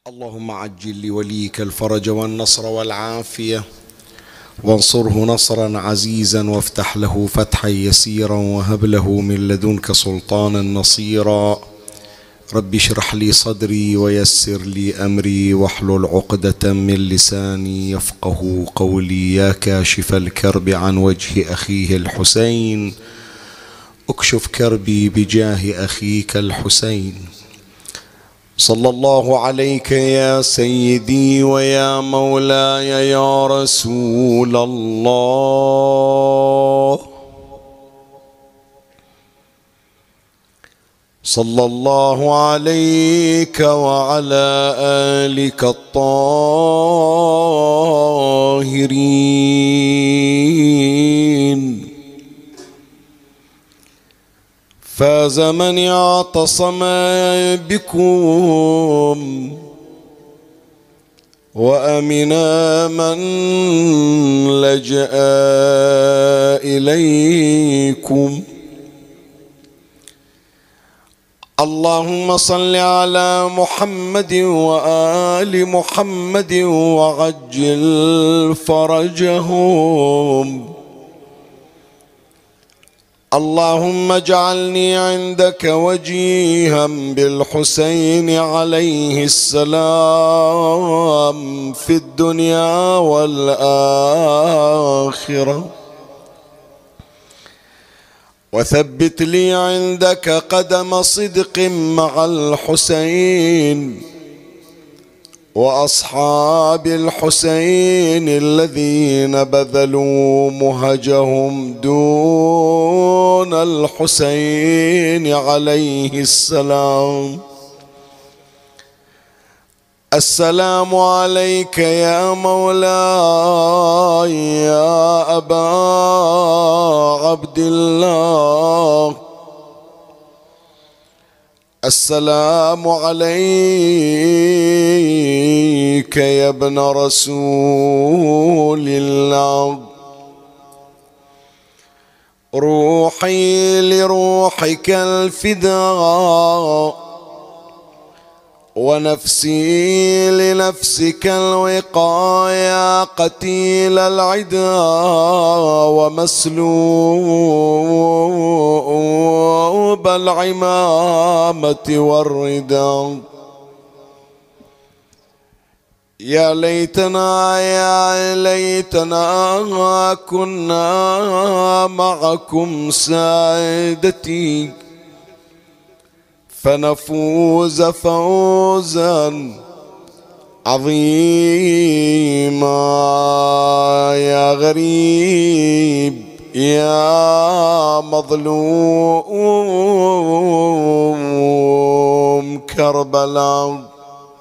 اللهم عجل لوليك الفرج والنصر والعافية، وانصره نصرا عزيزا، وافتح له فتحا يسيرا، وهب له من لدنك سلطانا نصيرا. رب اشرح لي صدري ويسر لي أمري، واحلل عقدة من لساني يفقه قولي. يا كاشف الكرب عن وجه أخيه الحسين، اكشف كربي بجاه أخيك الحسين. صلى الله عليك يا سيدي ويا مولاي يا رسول الله. صلى الله عليك وعلى آلك الطاهرين. فاز من اعتصم بكم، وأمنا من لجأ إليكم. اللهم صل على محمد وآل محمد وعجل فرجهم. اللهم اجعلني عندك وجيها بالحسين عليه السلام في الدنيا والآخرة، وثبت لي عندك قدم صدق مع الحسين وأصحاب الحسين الذين بذلوا مهجهم دون الحسين عليه السلام. السلام عليك يا مولاي يا أبا عبد الله. السلام عليك يا ابن رسول الله. روحي لروحك الفداء، ونفسي لنفسك الوقاية. قتيل العدا ومسلوب العمامة والرداء. يا ليتنا كنا معكم سادتي، فنفوز فوزا عظيما. يا غريب يا مظلوم كربلاء،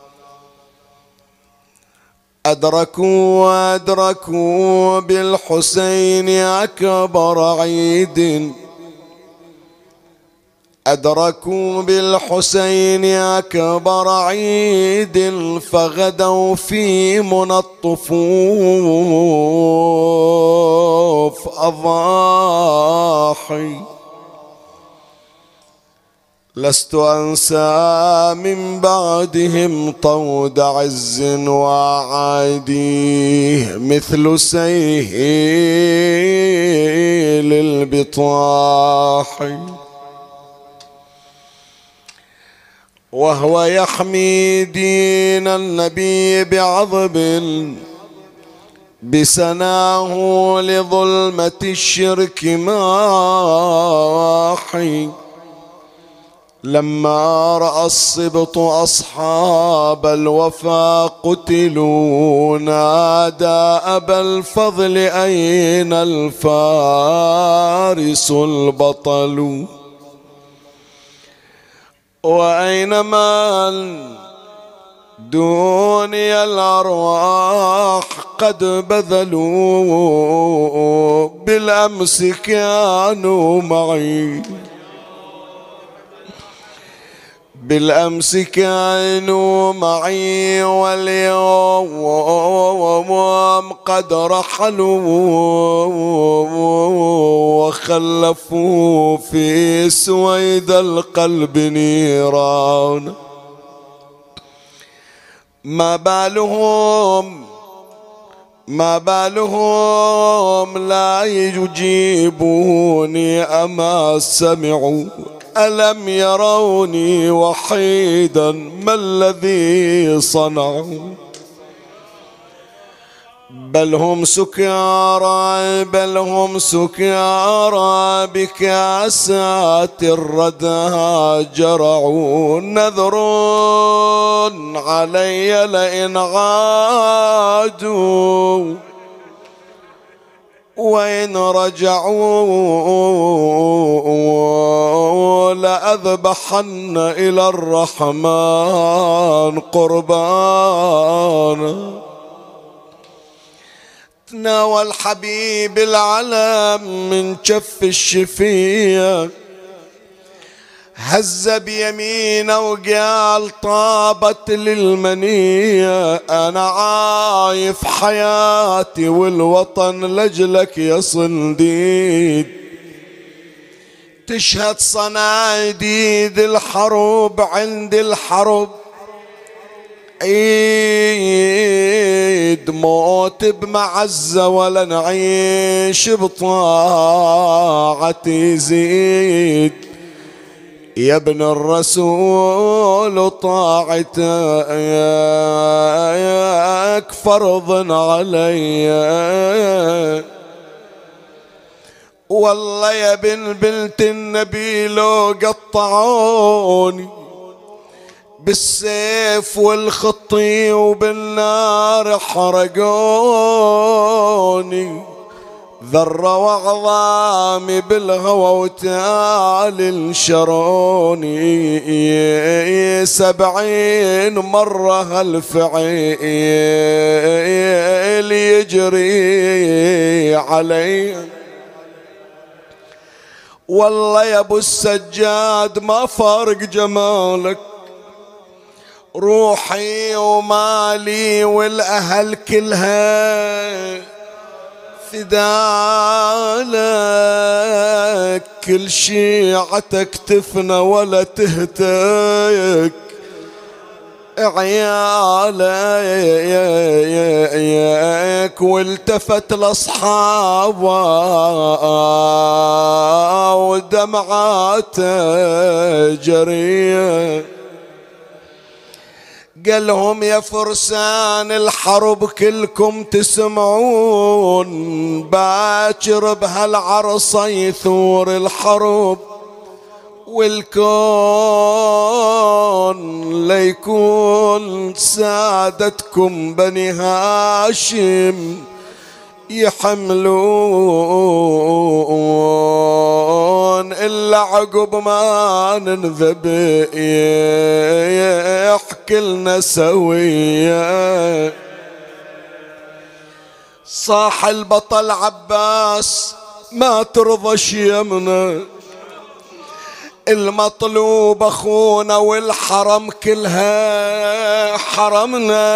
أدركوا بالحسين أكبر عيد، أدركوا بالحسين أكبر عيد، فغدوا في منى الطفوف أضاحي. لست أنسى من بعدهم طود عز وعاديه، مثل سيل البطاح، وهو يحمي دين النبي بعضب، بسناه لظلمة الشرك ماحي. لما رأى السبط أصحاب الوفا قتلوا، نادى أبا الفضل أين الفارس البطل، وأينما دنيا الأرواح قد بذلوا، بالأمس كانوا معي، بالأمس كانوا معي، واليوم قد رحلوا وخلفوا في سويد القلب نيران. ما بالهم لا يجيبوني أما سمعوا ألم يروني وحيدا ما الذي صنعوا بل هم سكارى بكاسات الردى جرعوا نذر علي لئن عادوا وإن رجعوا لأذبحن إلى الرحمن قربانا تناول حبيب العالم من جف الشفية هز بيمينه وقال طابت للمنية أنا عايف حياتي والوطن لجلك يا صنديد تشهد صناديد الحروب عند الحرب عيد موت بمعزة ولا نعيش بطاعة يزيد يا ابن الرسول طاعتك فرض علي والله يا بنت النبي لو قطعوني بالسيف والخطي وبالنار حرقوني ذرة وعظامي بالهوى وتالي انشروني 70 مرة هالفعيل يجري علي والله يا ابو السجاد ما فارق جمالك روحي ومالي والأهل كلها فدالك كل شيعتك تفنى ولا تهتك عيالك والتفت لاصحابه ودمعاته جريه قال لهم يا فرسان الحرب كلكم تسمعون باكر بهالعرصة يثور الحرب والكون ليكون سادتكم بني هاشم يحملون إلا عقب ما ننذب يحكي لنا سويا صاح البطل عباس ما ترضى يمنا المطلوب اخونا والحرم كلها حرمنا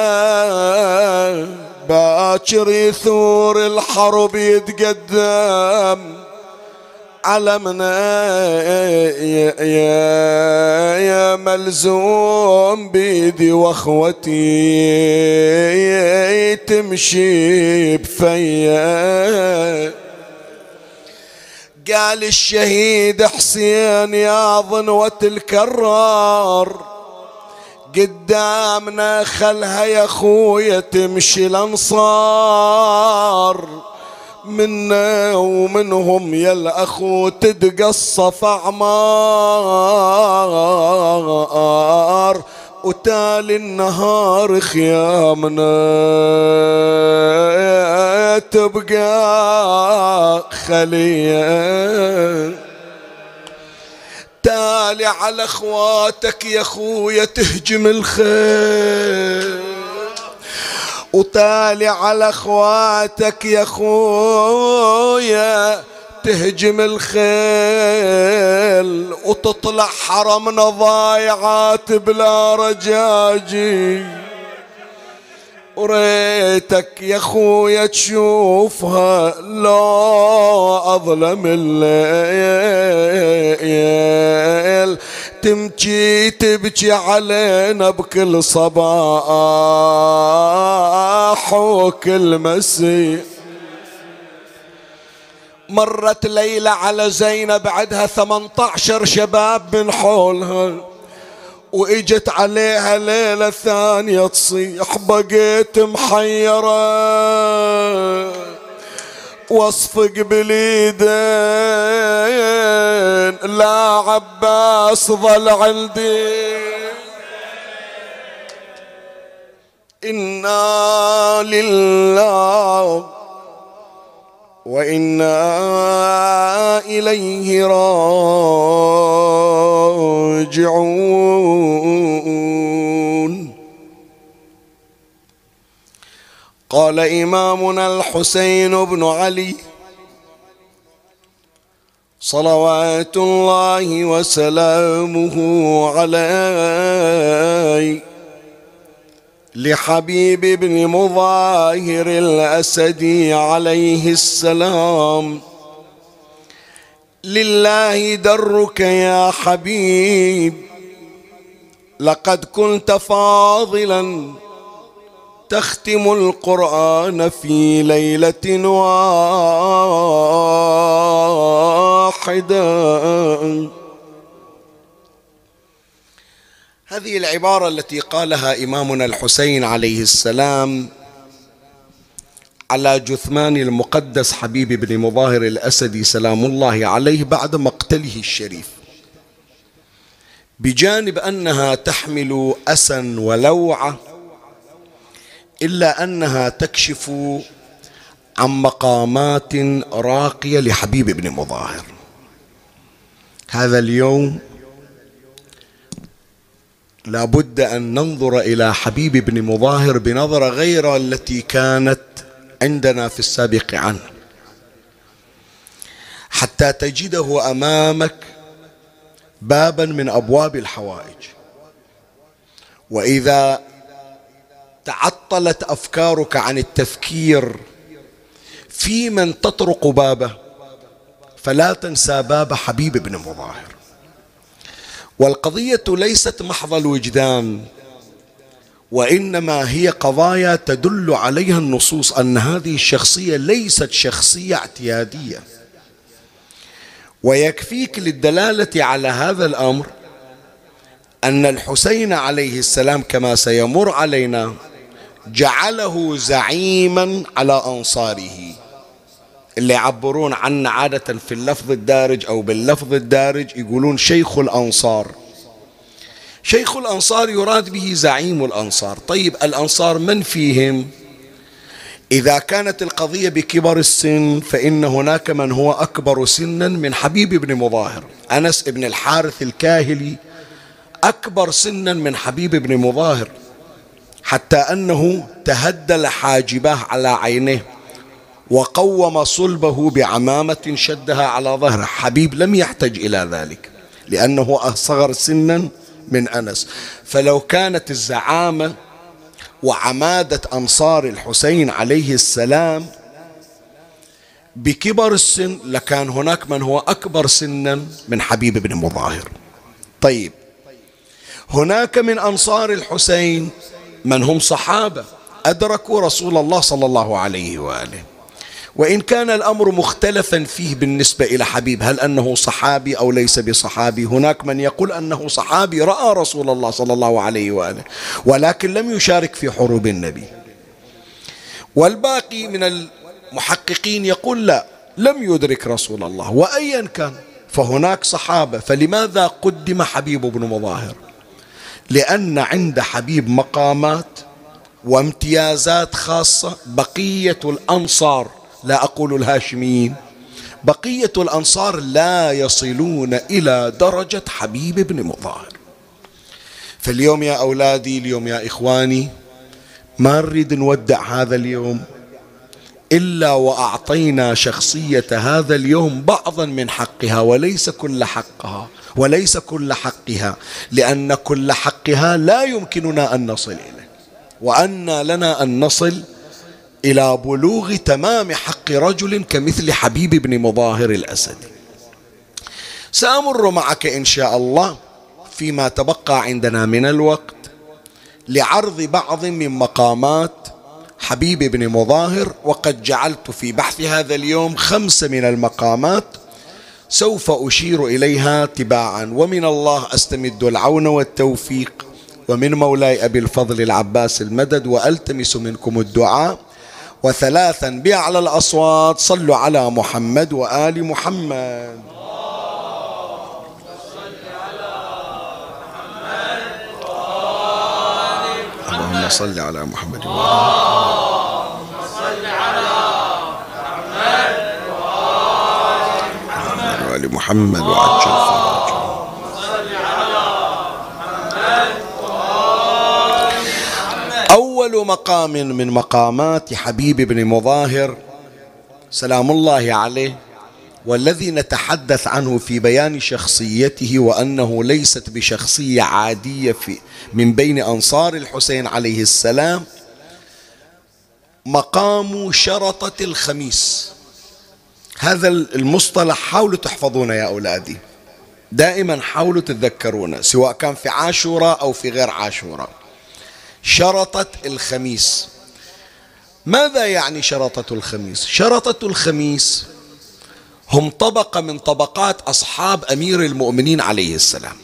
باكر يثور الحرب يتقدم علمنا يا ملزوم بيدي واخوتي تمشي بفيا قال الشهيد حسين يا ظنوة الكرار قدامنا خلها يا اخويا تمشي الانصار منا ومنهم يا الاخو تتقصف اعمار وتالي النهار خيامنا تبقى خليه تالي على اخواتك يا اخويا تهجم الخيل وتالي على اخواتك يا اخويا تهجم الخيل وتطلع حرمنا ضايعات بلا رجاجي وريتك يا خويا تشوفها لو اظلم الليل تبكي علينا بكل صباح وكل مسي. مرت ليلة على زينب عدها 18 شباب من حولها، واجت عليها ليلة ثانية تصيح بقيت محيرة واصفق باليدين لا عباس ظل عندي. إنا لله وإنا إليه راجعون. قال إمامنا الحسين بن علي صلوات الله وسلامه عليه لحبيب بن مظاهر الأسدي عليه السلام: لله درك يا حبيب، لقد كنت فاضلا تختم القرآن في ليلة واحدة. هذه العبارة التي قالها إمامنا الحسين عليه السلام على جثمان المقدس حبيب بن مظاهر الأسدي سلام الله عليه بعد مقتله الشريف، بجانب أنها تحمل أسا ولوعة، إلا أنها تكشف عن مقامات راقية لحبيب بن مظاهر. هذا اليوم لا بد أن ننظر إلى حبيب بن مظاهر بنظرة غير التي كانت عندنا في السابق عنه، حتى تجده أمامك بابا من أبواب الحوائج. وإذا تعطلت أفكارك عن التفكير في من تطرق بابه فلا تنسى باب حبيب بن مظاهر. والقضية ليست محض الوجدان، وإنما هي قضايا تدل عليها النصوص أن هذه الشخصية ليست شخصية اعتيادية. ويكفيك للدلالة على هذا الأمر أن الحسين عليه السلام كما سيمر علينا جعله زعيما على أنصاره، اللي يعبرون عنه عادة في اللفظ الدارج أو باللفظ الدارج يقولون شيخ الأنصار. شيخ الأنصار يراد به زعيم الأنصار. طيب الأنصار من فيهم؟ إذا كانت القضية بكبر السن فإن هناك من هو أكبر سنا من حبيب بن مظاهر. أنس بن الحارث الكاهلي أكبر سنا من حبيب بن مظاهر، حتى أنه تهدل حاجباه على عينه وقوم صلبه بعمامة شدها على ظهره. حبيب لم يحتج إلى ذلك لأنه أصغر سنا من أنس. فلو كانت الزعامة وعمادة أنصار الحسين عليه السلام بكبر السن لكان هناك من هو أكبر سنا من حبيب بن مظاهر. طيب هناك من أنصار الحسين من هم صحابة أدركوا رسول الله صلى الله عليه وآله، وإن كان الأمر مختلفا فيه بالنسبة إلى حبيب، هل أنه صحابي أو ليس بصحابي. هناك من يقول أنه صحابي رأى رسول الله صلى الله عليه وآله ولكن لم يشارك في حروب النبي، والباقي من المحققين يقول لا، لم يدرك رسول الله. وأيا كان فهناك صحابة. فلماذا قدم حبيب بن مظاهر؟ لأن عند حبيب مقامات وامتيازات خاصة بقية الأنصار، لا أقول الهاشميين، بقية الأنصار لا يصلون إلى درجة حبيب بن مظاهر. فاليوم يا أولادي، اليوم يا إخواني، ما نريد نودع هذا اليوم إلا وأعطينا شخصية هذا اليوم بعضا من حقها وليس كل حقها، وليس كل حقها، لأن كل حقها لا يمكننا أن نصل إليه، وأن لنا أن نصل إلى بلوغ تمام حق رجل كمثل حبيب بن مظاهر الأسدي. سأمر معك إن شاء الله فيما تبقى عندنا من الوقت لعرض بعض من مقامات حبيب بن مظاهر، وقد جعلت في بحث هذا اليوم 5 من المقامات سوف أشير إليها تباعا، ومن الله أستمد العون والتوفيق، ومن مولاي أبي الفضل العباس المدد، وألتمس منكم الدعاء. وثلاثا بأعلى الأصوات صلوا على محمد وآل محمد. اللهم صل على محمد وآل محمد وعجل فرجه. أول مقام من مقامات حبيب بن مظاهر سلام الله عليه، والذي نتحدث عنه في بيان شخصيته وأنه ليست بشخصية عادية من بين أنصار الحسين عليه السلام، مقام شرطة الخميس. هذا المصطلح حاولوا تحفظونه يا أولادي، دائما حاولوا تتذكرونه سواء كان في عاشوراء أو في غير عاشوراء. شرطة الخميس، ماذا يعني شرطة الخميس؟ شرطة الخميس هم طبقة من طبقات أصحاب أمير المؤمنين عليه السلام.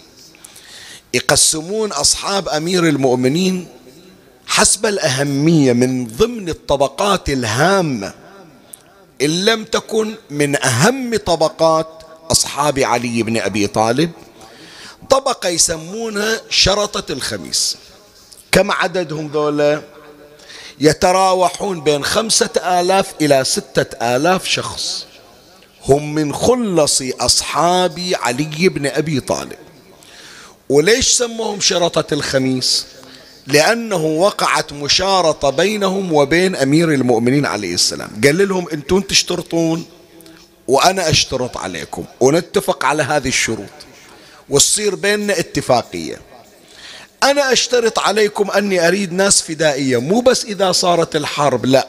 يقسمون أصحاب أمير المؤمنين حسب الأهمية من ضمن الطبقات الهامة، إن لم تكن من أهم طبقات أصحاب علي بن أبي طالب، طبقة يسمونها شرطة الخميس. كم عددهم ذولا؟ يتراوحون بين 5000 إلى 6000 شخص، هم من خلص أصحاب علي بن أبي طالب. وليش سموهم شرطة الخميس؟ لأنه وقعت مشارطة بينهم وبين أمير المؤمنين عليه السلام، قال لهم أنتم تشترطون وأنا أشترط عليكم، ونتفق على هذه الشروط وتصير بيننا اتفاقية. أنا أشترط عليكم أني أريد ناس فدائية، مو بس إذا صارت الحرب، لا،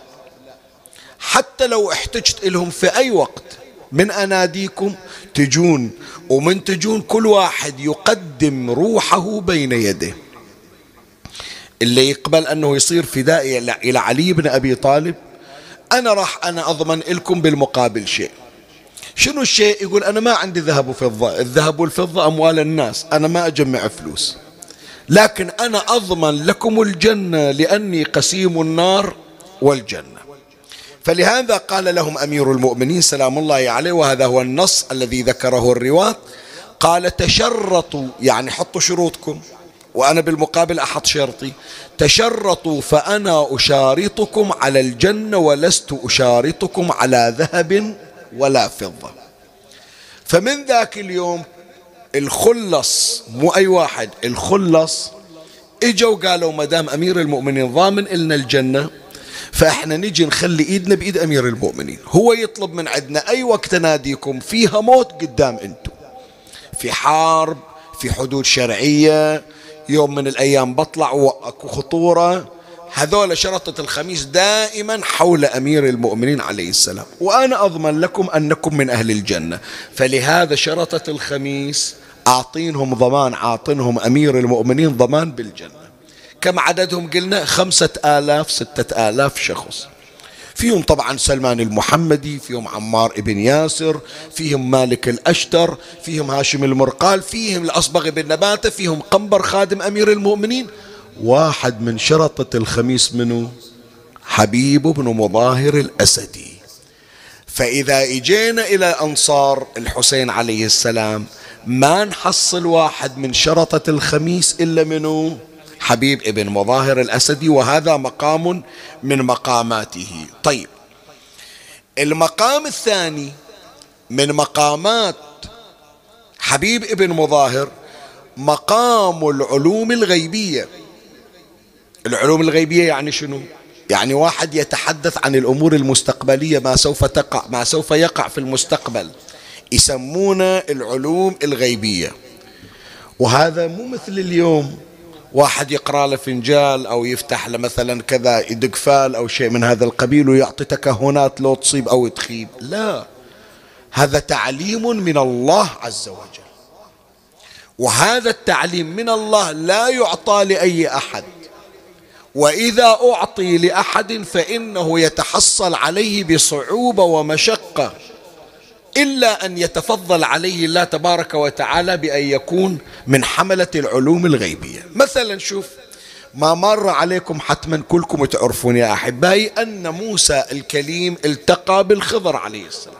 حتى لو احتجت لهم في أي وقت من أناديكم تجون، ومن تجون كل واحد يقدم روحه بين يديه. اللي يقبل أنه يصير فدائي إلى علي بن أبي طالب، أنا أضمن لكم بالمقابل شيء. شنو الشيء؟ يقول أنا ما عندي ذهب وفضة، الذهب والفضة أموال الناس، أنا ما أجمع فلوس، لكن أنا أضمن لكم الجنة لأني قسيم النار والجنة. فلهذا قال لهم أمير المؤمنين سلام الله عليه، وهذا هو النص الذي ذكره الرواة، قال تشرطوا، يعني حطوا شروطكم وأنا بالمقابل أحط شرطي، تشرطوا فأنا أشارطكم على الجنة ولست أشارطكم على ذهب ولا فضة. فمن ذاك اليوم الخلص، مو أي واحد، الخلص إجوا قالوا مدام أمير المؤمنين ضامن إلنا الجنة، فإحنا نجي نخلي إيدنا بإيد أمير المؤمنين، هو يطلب من عندنا أي وقت ناديكم فيها موت قدام أنتم، في حرب، في حدود شرعية، يوم من الأيام بطلع وأكو خطورة. هذول شرطة الخميس دائما حول أمير المؤمنين عليه السلام، وأنا أضمن لكم أنكم من أهل الجنة. فلهذا شرطة الخميس أعطينهم ضمان، عاطنهم أمير المؤمنين ضمان بالجنة. كم عددهم؟ قلنا 5000 6000 شخص، فيهم طبعا سلمان المحمدي، فيهم عمار ابن ياسر، فيهم مالك الأشتر، فيهم هاشم المرقال، فيهم الأصبغ بن نباتة، فيهم قنبر خادم أمير المؤمنين. واحد من شرطة الخميس منه حبيب بن مظاهر الأسدي. فإذا إجينا إلى أنصار الحسين عليه السلام ما نحصل واحد من شرطة الخميس إلا منه حبيب ابن مظاهر الأسدي، وهذا مقام من مقاماته. طيب، المقام الثاني من مقامات حبيب ابن مظاهر مقام العلوم الغيبية. العلوم الغيبية يعني شنو؟ يعني واحد يتحدث عن الأمور المستقبلية، ما سوف تقع، ما سوف يقع في المستقبل، يسمونه العلوم الغيبية. وهذا مو مثل اليوم واحد يقرأ له فنجال أو يفتح له مثلا كذا يدق فال أو شيء من هذا القبيل ويعطي تكهنات لو تصيب أو تخيب، لا، هذا تعليم من الله عز وجل. وهذا التعليم من الله لا يعطى لأي أحد، وإذا أعطي لأحد فإنه يتحصل عليه بصعوبة ومشقة، إلا أن يتفضل عليه الله تبارك وتعالى بأن يكون من حملة العلوم الغيبية. مثلا شوف، ما مر عليكم حتما كلكم تعرفون يا أحبائي أن موسى الكليم التقى بالخضر عليه السلام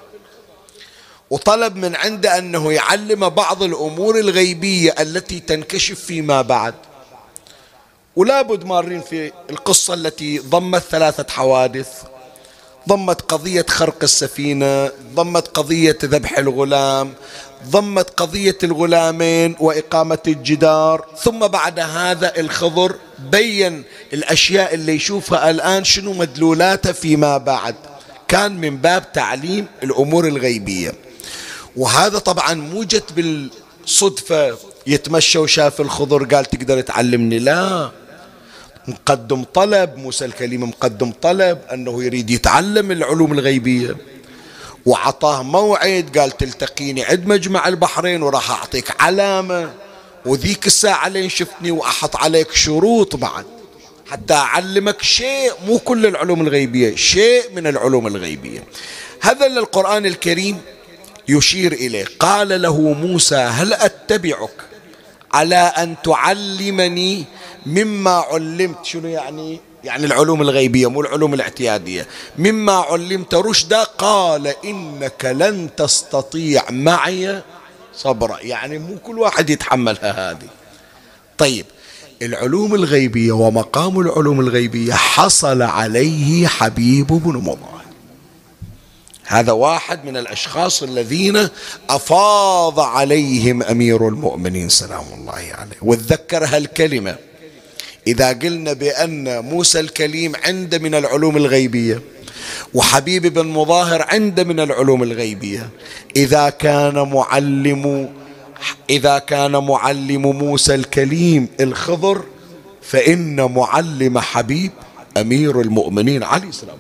وطلب من عنده أنه يعلم بعض الأمور الغيبية التي تنكشف فيما بعد. ولا بد مارين في القصة التي ضمت 3 حوادث، ضمت قضية خرق السفينة، ضمت قضية ذبح الغلام، ضمت قضية الغلامين وإقامة الجدار، ثم بعد هذا الخضر بين الأشياء اللي يشوفها الآن شنو مدلولاتها فيما بعد. كان من باب تعليم الأمور الغيبية. وهذا طبعا مو جت بالصدفة يتمشى وشاف الخضر قال تقدر تعلمني، لا، مقدم طلب، موسى الكليم مقدم طلب أنه يريد يتعلم العلوم الغيبية، وعطاه موعد قال تلتقيني عند مجمع البحرين وراح أعطيك علامة، وذيك الساعة لين شفتني وأحط عليك شروط بعد حتى أعلمك شيء، مو كل العلوم الغيبية، شيء من العلوم الغيبية. هذا اللي القرآن الكريم يشير إليه. قال له موسى هل أتبعك على أن تعلمني مما علمت. شنو يعني؟ يعني العلوم الغيبية مو العلوم الاعتيادية. مما علمت رشدا قال إنك لن تستطيع معي صبرا. يعني مو كل واحد يتحملها هذه. طيب، العلوم الغيبية ومقام العلوم الغيبية حصل عليه حبيب بن مضاهر. هذا واحد من الأشخاص الذين أفاض عليهم أمير المؤمنين سلام الله عليه. وتذكر هالكلمة إذا قلنا بأن موسى الكليم عنده من العلوم الغيبية وحبيب بن مظاهر عنده من العلوم الغيبية، إذا كان معلم موسى الكليم الخضر، فإن معلم حبيب أمير المؤمنين عليه السلام.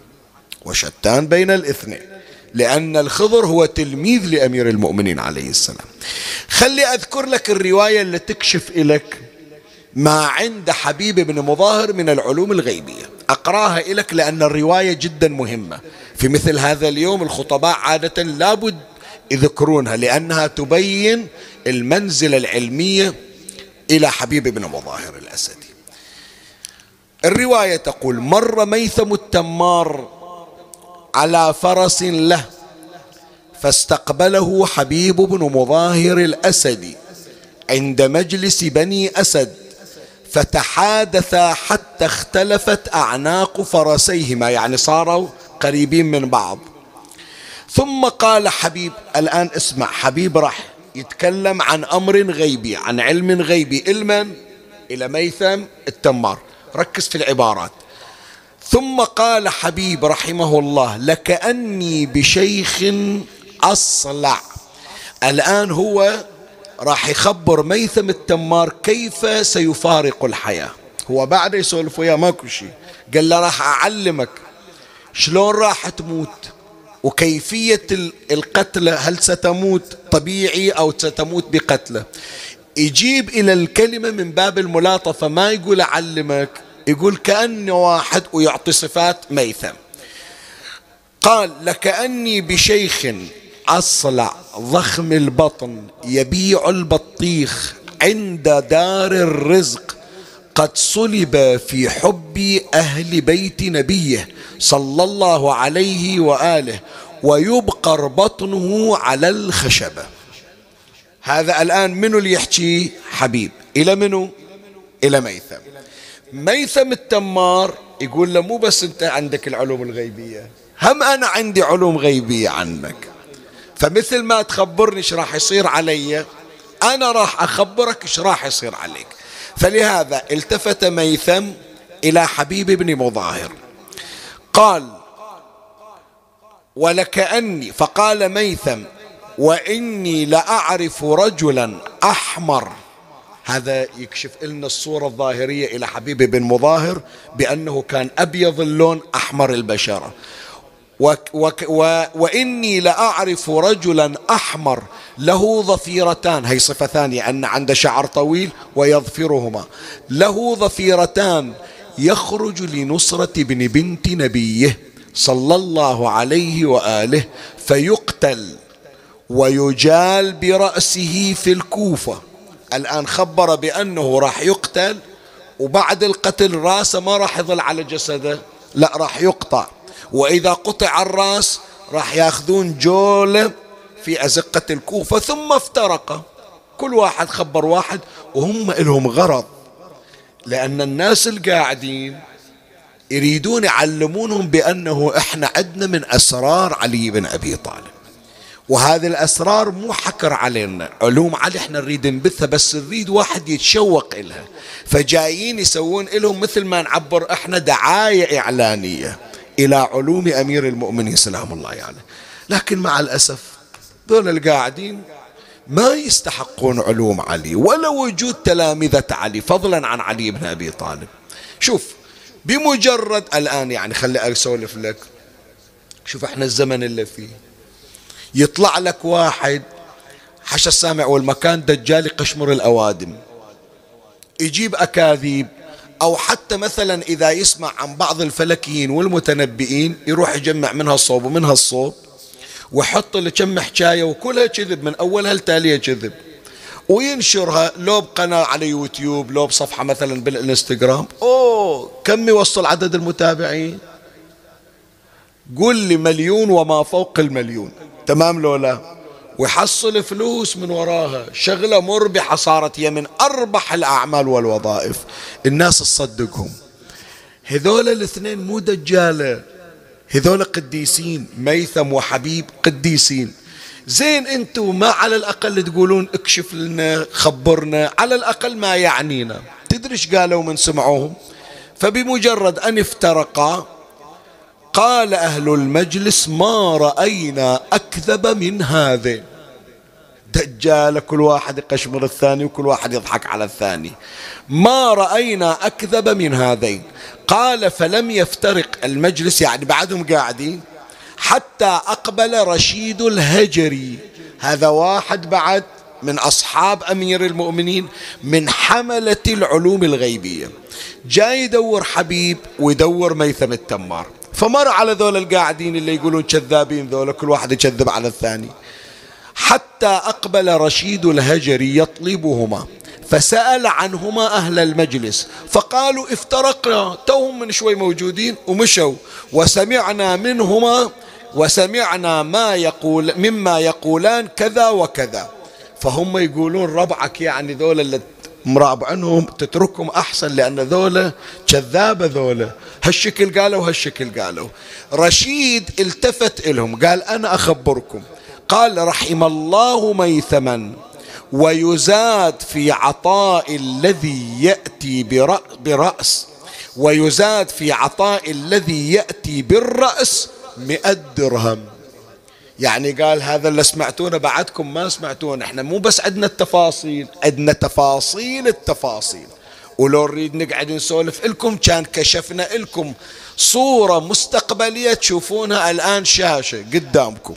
وشتان بين الاثنين، لأن الخضر هو تلميذ لأمير المؤمنين عليه السلام. خلي أذكر لك الرواية اللي تكشف لك ما عند حبيب بن مظاهر من العلوم الغيبية. أقراها لك لأن الرواية جدا مهمة. في مثل هذا اليوم الخطباء عادة لابد يذكرونها لأنها تبين المنزلة العلمية إلى حبيب بن مظاهر الأسدي. الرواية تقول مر ميثم التمار على فرس له فاستقبله حبيب بن مظاهر الأسدي عند مجلس بني أسد، فتحادثا حتى اختلفت أعناق فرسيهما، يعني صاروا قريبين من بعض. ثم قال حبيب، الآن اسمع، حبيب راح يتكلم عن أمر غيبي، عن علم غيبي، علما إلى ميثم التمار. ركز في العبارات. ثم قال حبيب رحمه الله لكأني بشيخ أصلع. الآن هو راح يخبر ميثم التمار كيف سيفارق الحياة. هو بعد يسولف وياه ماكو شيء، قال له راح أعلمك شلون راح تموت وكيفية القتل، هل ستموت طبيعي أو ستموت بقتله. يجيب إلى الكلمة من باب الملاطفة، ما يقول أعلمك، يقول كأنه واحد ويعطي صفات ميثم. قال لكأني بشيخ أصلع ضخم البطن يبيع البطيخ عند دار الرزق، قد صلب في حب أهل بيت نبيه صلى الله عليه وآله، ويبقر بطنه على الخشبة. هذا الآن منو اللي يحكي؟ حبيب. إلى منو؟ إلى ميثم. ميثم التمار يقول له مو بس أنت عندك العلوم الغيبية، هم أنا عندي علوم غيبية عنك، فمثل ما تخبرني ايش راح يصير علي، أنا راح أخبرك ايش راح يصير عليك. فلهذا التفت ميثم إلى حبيب بن مظاهر قال ولكأني، فقال ميثم وإني لأعرف رجلا أحمر. هذا يكشف لنا الصورة الظاهرية إلى حبيب بن مظاهر بأنه كان أبيض اللون أحمر البشرة. وإني لأعرف رجلا أحمر له ظفيرتان، هي صفة ثانية، أن عنده شعر طويل ويظفرهما، له ظفيرتان يخرج لنصرة ابن بنت نبيه صلى الله عليه وآله فيقتل ويجال برأسه في الكوفة. الآن خبر بأنه راح يقتل، وبعد القتل راسه ما راح يظل على جسده، لا راح يقطع، وإذا قطع الرأس راح ياخذون جولة في أزقة الكوفة. ثم افترق، كل واحد خبر واحد، وهم لهم غرض، لأن الناس القاعدين يريدون يعلمونهم بأنه إحنا عندنا من أسرار علي بن أبي طالب، وهذه الأسرار مو حكر علينا، علوم علي احنا نريد نبثها، بس نريد واحد يتشوق إلها، فجايين يسوون لهم مثل ما نعبر احنا دعاية إعلانية إلى علوم أمير المؤمنين سلام الله عليه. لكن مع الأسف دول القاعدين ما يستحقون علوم علي ولا وجود تلامذة علي فضلا عن علي بن أبي طالب. شوف بمجرد الآن يعني خلي أسولف لك، شوف احنا الزمن اللي فيه يطلع لك واحد حش السامع والمكان دجال يقشمر الأوادم، يجيب أكاذيب، أو حتى مثلا إذا يسمع عن بعض الفلكيين والمتنبئين يروح يجمع منها الصوب ومنها الصوب ويحط له كم حكاية وكلها كذب من أولها لتالية كذب، وينشرها لو بقناة على يوتيوب لو بصفحة مثلا بالإنستغرام. كم يوصل عدد المتابعين؟ قل لي 1,000,000 وما فوق 1,000,000، تمام لو لا؟ ويحصل فلوس من وراها، شغلة مربحة صارت، هي من أربح الأعمال والوظائف. الناس تصدقهم. هذول الاثنين مو دجالة، هذول قديسين، ميثم وحبيب قديسين. زين انتم ما على الأقل تقولون اكشف لنا خبرنا، على الأقل ما يعنينا، تدري ايش قالوا من سمعوهم؟ فبمجرد أن افترقا قال أهل المجلس ما رأينا أكذب من هذا. دجال كل واحد يقشمر الثاني وكل واحد يضحك على الثاني. ما رأينا أكذب من هذين. قال فلم يفترق المجلس، يعني بعدهم قاعدين، حتى أقبل رشيد الهجري، هذا واحد بعد من أصحاب أمير المؤمنين من حملة العلوم الغيبية، جاي يدور حبيب ويدور ميثم التمار، فمر على ذول القاعدين اللي يقولون كذابين ذولا، كل واحد يكذب على الثاني. حتى أقبل رشيد الهجري يطلبهما، فسأل عنهما أهل المجلس فقالوا افترقنا، توهم من شوي موجودين ومشوا، وسمعنا منهما وسمعنا ما يقول مما يقولان كذا وكذا. فهم يقولون ربعك يعني ذولا اللي مرابعنهم تتركهم أحسن، لأن ذولا كذابة، ذولا هالشكل قالوا هالشكل قالوا. رشيد التفت إلهم قال أنا أخبركم، قال رحم الله ميثما ويزاد في عطاء الذي يأتي برأس، ويزاد في عطاء الذي يأتي بالرأس 100 درهم. يعني قال هذا اللي سمعتونه بعدكم ما سمعتون، احنا مو بس عندنا التفاصيل، عندنا تفاصيل التفاصيل، ولو نريد نقعد نسولف لكم كان كشفنا لكم صورة مستقبلية تشوفونها الآن شاشة قدامكم.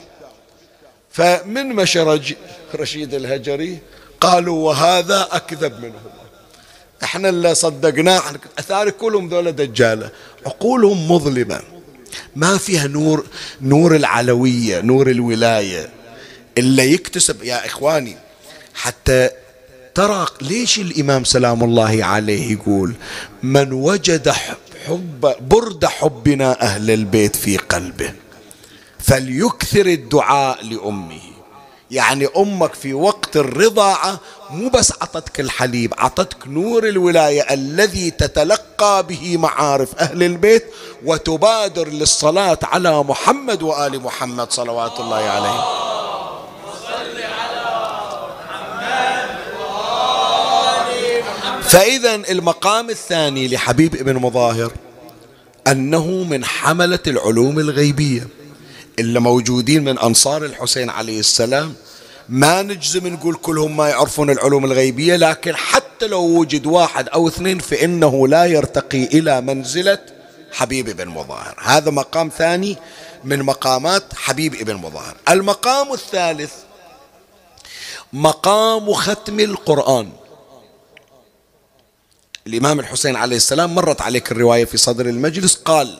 فمن مشى رشيد الهجري قالوا وهذا أكذب منهم، احنا اللي صدقناه، أثاري كلهم ذولا دجالة، عقولهم مظلمة، ما فيها نور العلوية، نور الولاية اللي يكتسب. يا إخواني حتى ترى ليش الإمام سلام الله عليه يقول من وجد برد حبنا أهل البيت في قلبه فليكثر الدعاء لأمه. يعني أمك في وقت الرضاعة مو بس عطتك الحليب، عطتك نور الولاية الذي تتلقى به معارف أهل البيت وتبادر للصلاة على محمد وآل محمد صلوات الله عليه. فإذا المقام الثاني لحبيب ابن مظاهر أنه من حملة العلوم الغيبية اللي موجودين من أنصار الحسين عليه السلام. ما نجزم نقول كلهم ما يعرفون العلوم الغيبية، لكن حتى لو وجد واحد أو اثنين فإنه لا يرتقي إلى منزلة حبيب بن مظاهر. هذا مقام ثاني من مقامات حبيب بن مظاهر. المقام الثالث مقام ختم القرآن. الإمام الحسين عليه السلام مرت عليك الرواية في صدر المجلس، قال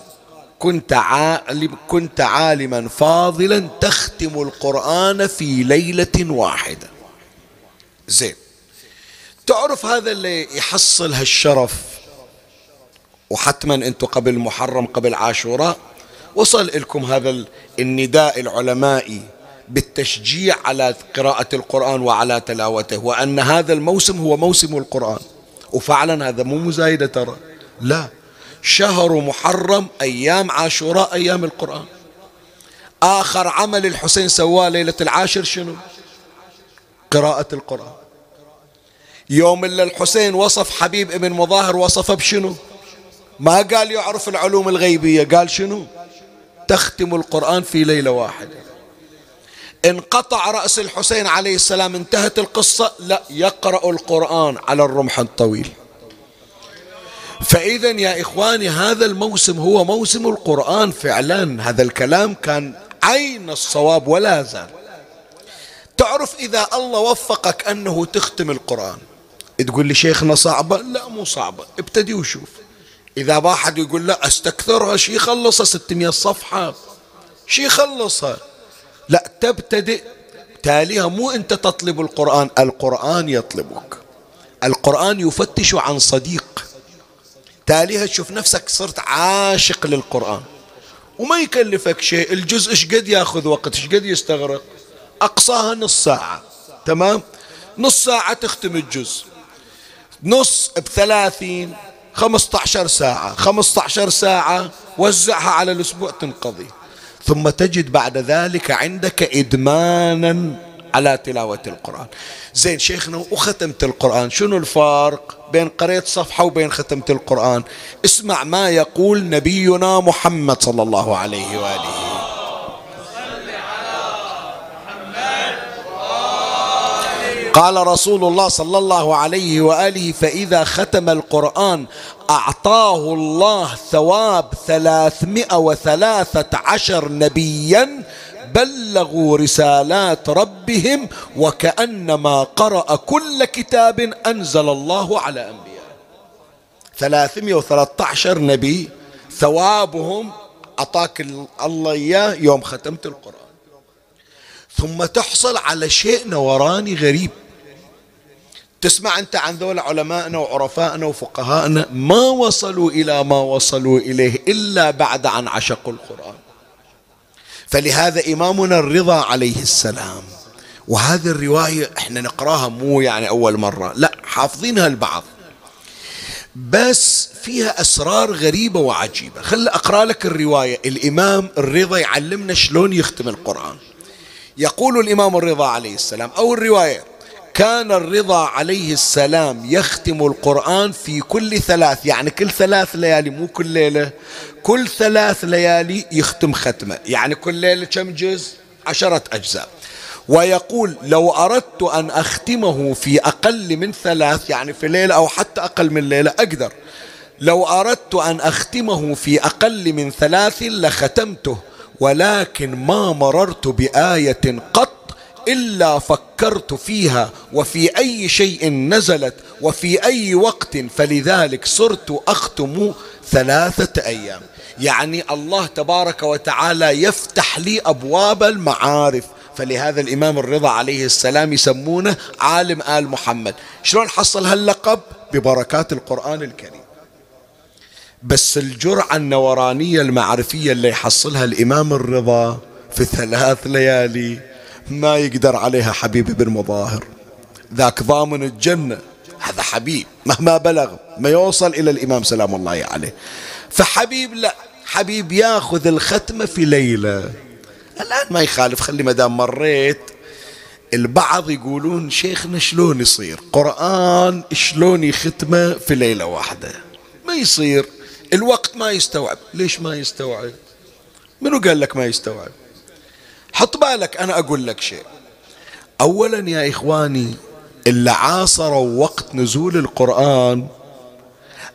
كنت عالما فاضلا تختم القرآن في ليلة واحدة. زين، تعرف هذا اللي يحصل هالشرف، وحتما انتم قبل محرم قبل عاشوراء وصل لكم هذا النداء العلمائي بالتشجيع على قراءة القرآن وعلى تلاوته، وأن هذا الموسم هو موسم القرآن. وفعلا هذا مو مزايدة ترى، لا، شهر محرم أيام عاشوراء أيام القرآن. آخر عمل الحسين سواه ليلة العاشر شنو؟ قراءة القرآن. يوم اللي الحسين وصف حبيب ابن مظاهر وصفه بشنو؟ ما قال يعرف العلوم الغيبية، قال شنو؟ تختم القرآن في ليلة واحدة. انقطع رأس الحسين عليه السلام، انتهت القصة، لا، يقرأ القرآن على الرمح الطويل. فإذا يا إخواني هذا الموسم هو موسم القرآن فعلا. هذا الكلام كان عين الصواب ولا زال. تعرف إذا الله وفقك أنه تختم القرآن، تقول لي شيخنا صعبة، لا مو صعبة، ابتدي وشوف. إذا واحد يقول لا أستكثرها، شي خلصها 600 صفحة، شي خلصها، لا، تبتدئ تاليها. مو أنت تطلب القرآن، القرآن يطلبك، القرآن يفتش عن صديق. تاليها تشوف نفسك صرت عاشق للقرآن، وما يكلفك شيء. الجزء ايش قد ياخذ وقت، ايش قد يستغرق؟ أقصاها نص ساعة، تمام، نص ساعة تختم الجزء، نص ب30، 15 ساعة، 15 ساعة وزعها على الأسبوع تنقضي. ثم تجد بعد ذلك عندك إدمانا على تلاوة القرآن. زين شيخنا وختمت القرآن، شنو الفرق بين قريت صفحة وبين ختمت القرآن؟ اسمع ما يقول نبينا محمد صلى الله عليه وآله. قال رسول الله صلى الله عليه وآله: فإذا ختم القرآن أعطاه الله ثواب 313 نبيا بلغوا رسالات ربهم وكأنما قرأ كل كتاب أنزل الله على أنبياء. 313 نبي ثوابهم أعطاك الله إياه يوم ختمت القرآن. ثم تحصل على شيء نوراني غريب. تسمع أنت عن ذول علماءنا وعرفائنا وفقهائنا ما وصلوا إلى ما وصلوا إليه إلا بعد أن عشقوا القرآن. فلهذا إمامنا الرضا عليه السلام، وهذه الرواية احنا نقراها مو يعني أول مرة، لا، حافظينها البعض، بس فيها أسرار غريبة وعجيبة. خل أقرأ لك الرواية. الإمام الرضا يعلمنا شلون يختم القرآن. يقول الإمام الرضا عليه السلام، أو الرواية: كان الرضا عليه السلام يختم القرآن في كل 3، يعني كل 3 ليالي، مو كل ليلة، كل 3 ليالي يختم ختمة، يعني كل ليلة كم جزء؟ 10 أجزاء. ويقول: لو أردت أن أختمه في أقل من 3، يعني في ليلة أو حتى أقل من ليلة أقدر، لو أردت أن أختمه في أقل من 3 لختمته، ولكن ما مررت بآية قط إلا فكرت فيها وفي أي شيء نزلت وفي أي وقت، فلذلك صرت أختم 3 أيام. يعني الله تبارك وتعالى يفتح لي أبواب المعارف. فلهذا الإمام الرضا عليه السلام يسمونه عالم آل محمد. شلون حصل هاللقب؟ ببركات القرآن الكريم. بس الجرعة النورانية المعرفية اللي يحصلها الإمام الرضا في 3 ليالي ما يقدر عليها حبيب بن مظاهر. ذاك ضامن الجنة، هذا حبيب مهما بلغ ما يوصل إلى الإمام سلام الله عليه. فحبيب لا، حبيب ياخذ الختمة في ليلة. الآن ما يخالف، خلي مدام مريت. البعض يقولون شيخنا شلون يصير قرآن شلون يختمه في ليلة واحدة؟ ما يصير، الوقت ما يستوعب. ليش ما يستوعب؟ منو قال لك ما يستوعب؟ حط بالك، أنا أقول لك شيء. أولا يا إخواني، اللي عاصروا وقت نزول القرآن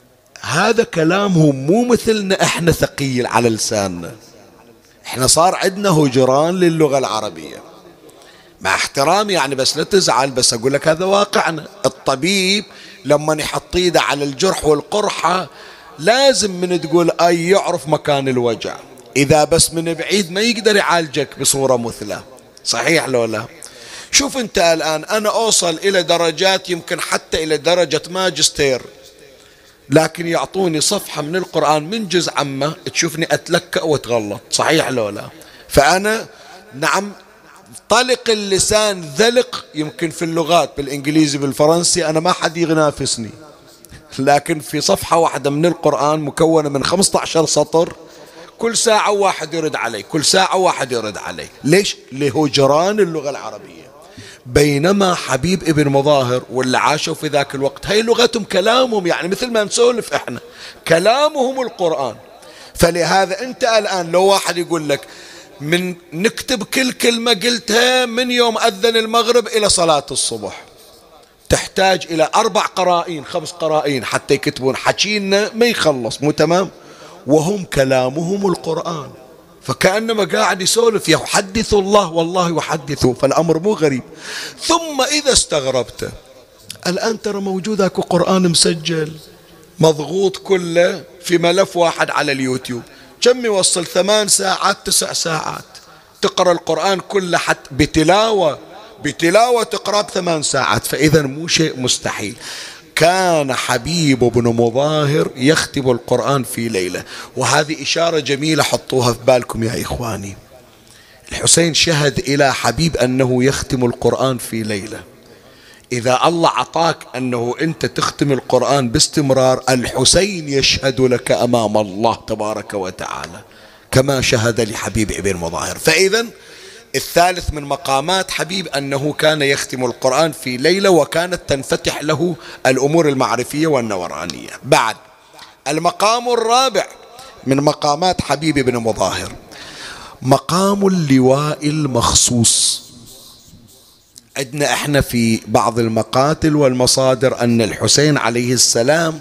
هذا كلامهم مو مثلنا احنا ثقيل على لساننا. احنا صار عندنا هجران للغة العربية، مع احترامي يعني، بس لا تزعل، بس اقول لك هذا واقعنا. الطبيب لما يحط ايده على الجرح والقرحة لازم من تقول اي يعرف مكان الوجع، اذا بس من بعيد ما يقدر يعالجك بصورة مثلى. صحيح لو لا؟ شوف انت الان انا اوصل الى درجات يمكن حتى الى درجة ماجستير، لكن يعطوني صفحة من القرآن من جزء عامة تشوفني أتلكأ وأتغلط. صحيح لو لا؟ فأنا نعم طلق اللسان ذلق، يمكن في اللغات بالإنجليزي بالفرنسي أنا ما حد ينافسني، لكن في صفحة واحدة من القرآن مكونة من 15 سطر كل ساعة واحد يرد علي، كل ساعة واحد يرد علي. ليش؟ لهجران اللغة العربية. بينما حبيب ابن مظاهر واللي عاشوا في ذاك الوقت هاي لغتهم كلامهم، يعني مثل ما نسولف احنا كلامهم القرآن. فلهذا انت الان لو واحد يقول لك من نكتب كل كلمة قلتها من يوم أذن المغرب إلى صلاة الصبح، تحتاج إلى 4 قرائين 5 قرائين حتى يكتبون حكينا ما يخلص، مو تمام؟ وهم كلامهم القرآن، فكأنما قاعد يسولف يحدث الله والله يحدثه، فالأمر مو غريب. ثم إذا استغربت الآن ترى موجود اكو قرآن مسجل مضغوط كله في ملف واحد على اليوتيوب، كم يوصل 8 ساعات 9 ساعات تقرأ القرآن كله حتى بتلاوة تقرأ ب8 ساعات. فإذا مو شيء مستحيل. كان حبيب بن مظاهر يختم القرآن في ليلة، وهذه إشارة جميلة حطوها في بالكم يا إخواني. الحسين شهد إلى حبيب أنه يختم القرآن في ليلة. إذا الله عطاك أنه أنت تختم القرآن باستمرار، الحسين يشهد لك أمام الله تبارك وتعالى كما شهد لحبيب ابن مظاهر. فإذا الثالث من مقامات حبيب أنه كان يختم القرآن في ليلة، وكانت تنفتح له الأمور المعرفية والنورانية. بعد المقام الرابع من مقامات حبيب بن مظاهر مقام اللواء المخصوص. عندنا احنا في بعض المقاتل والمصادر أن الحسين عليه السلام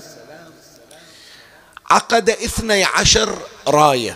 عقد 12 راية،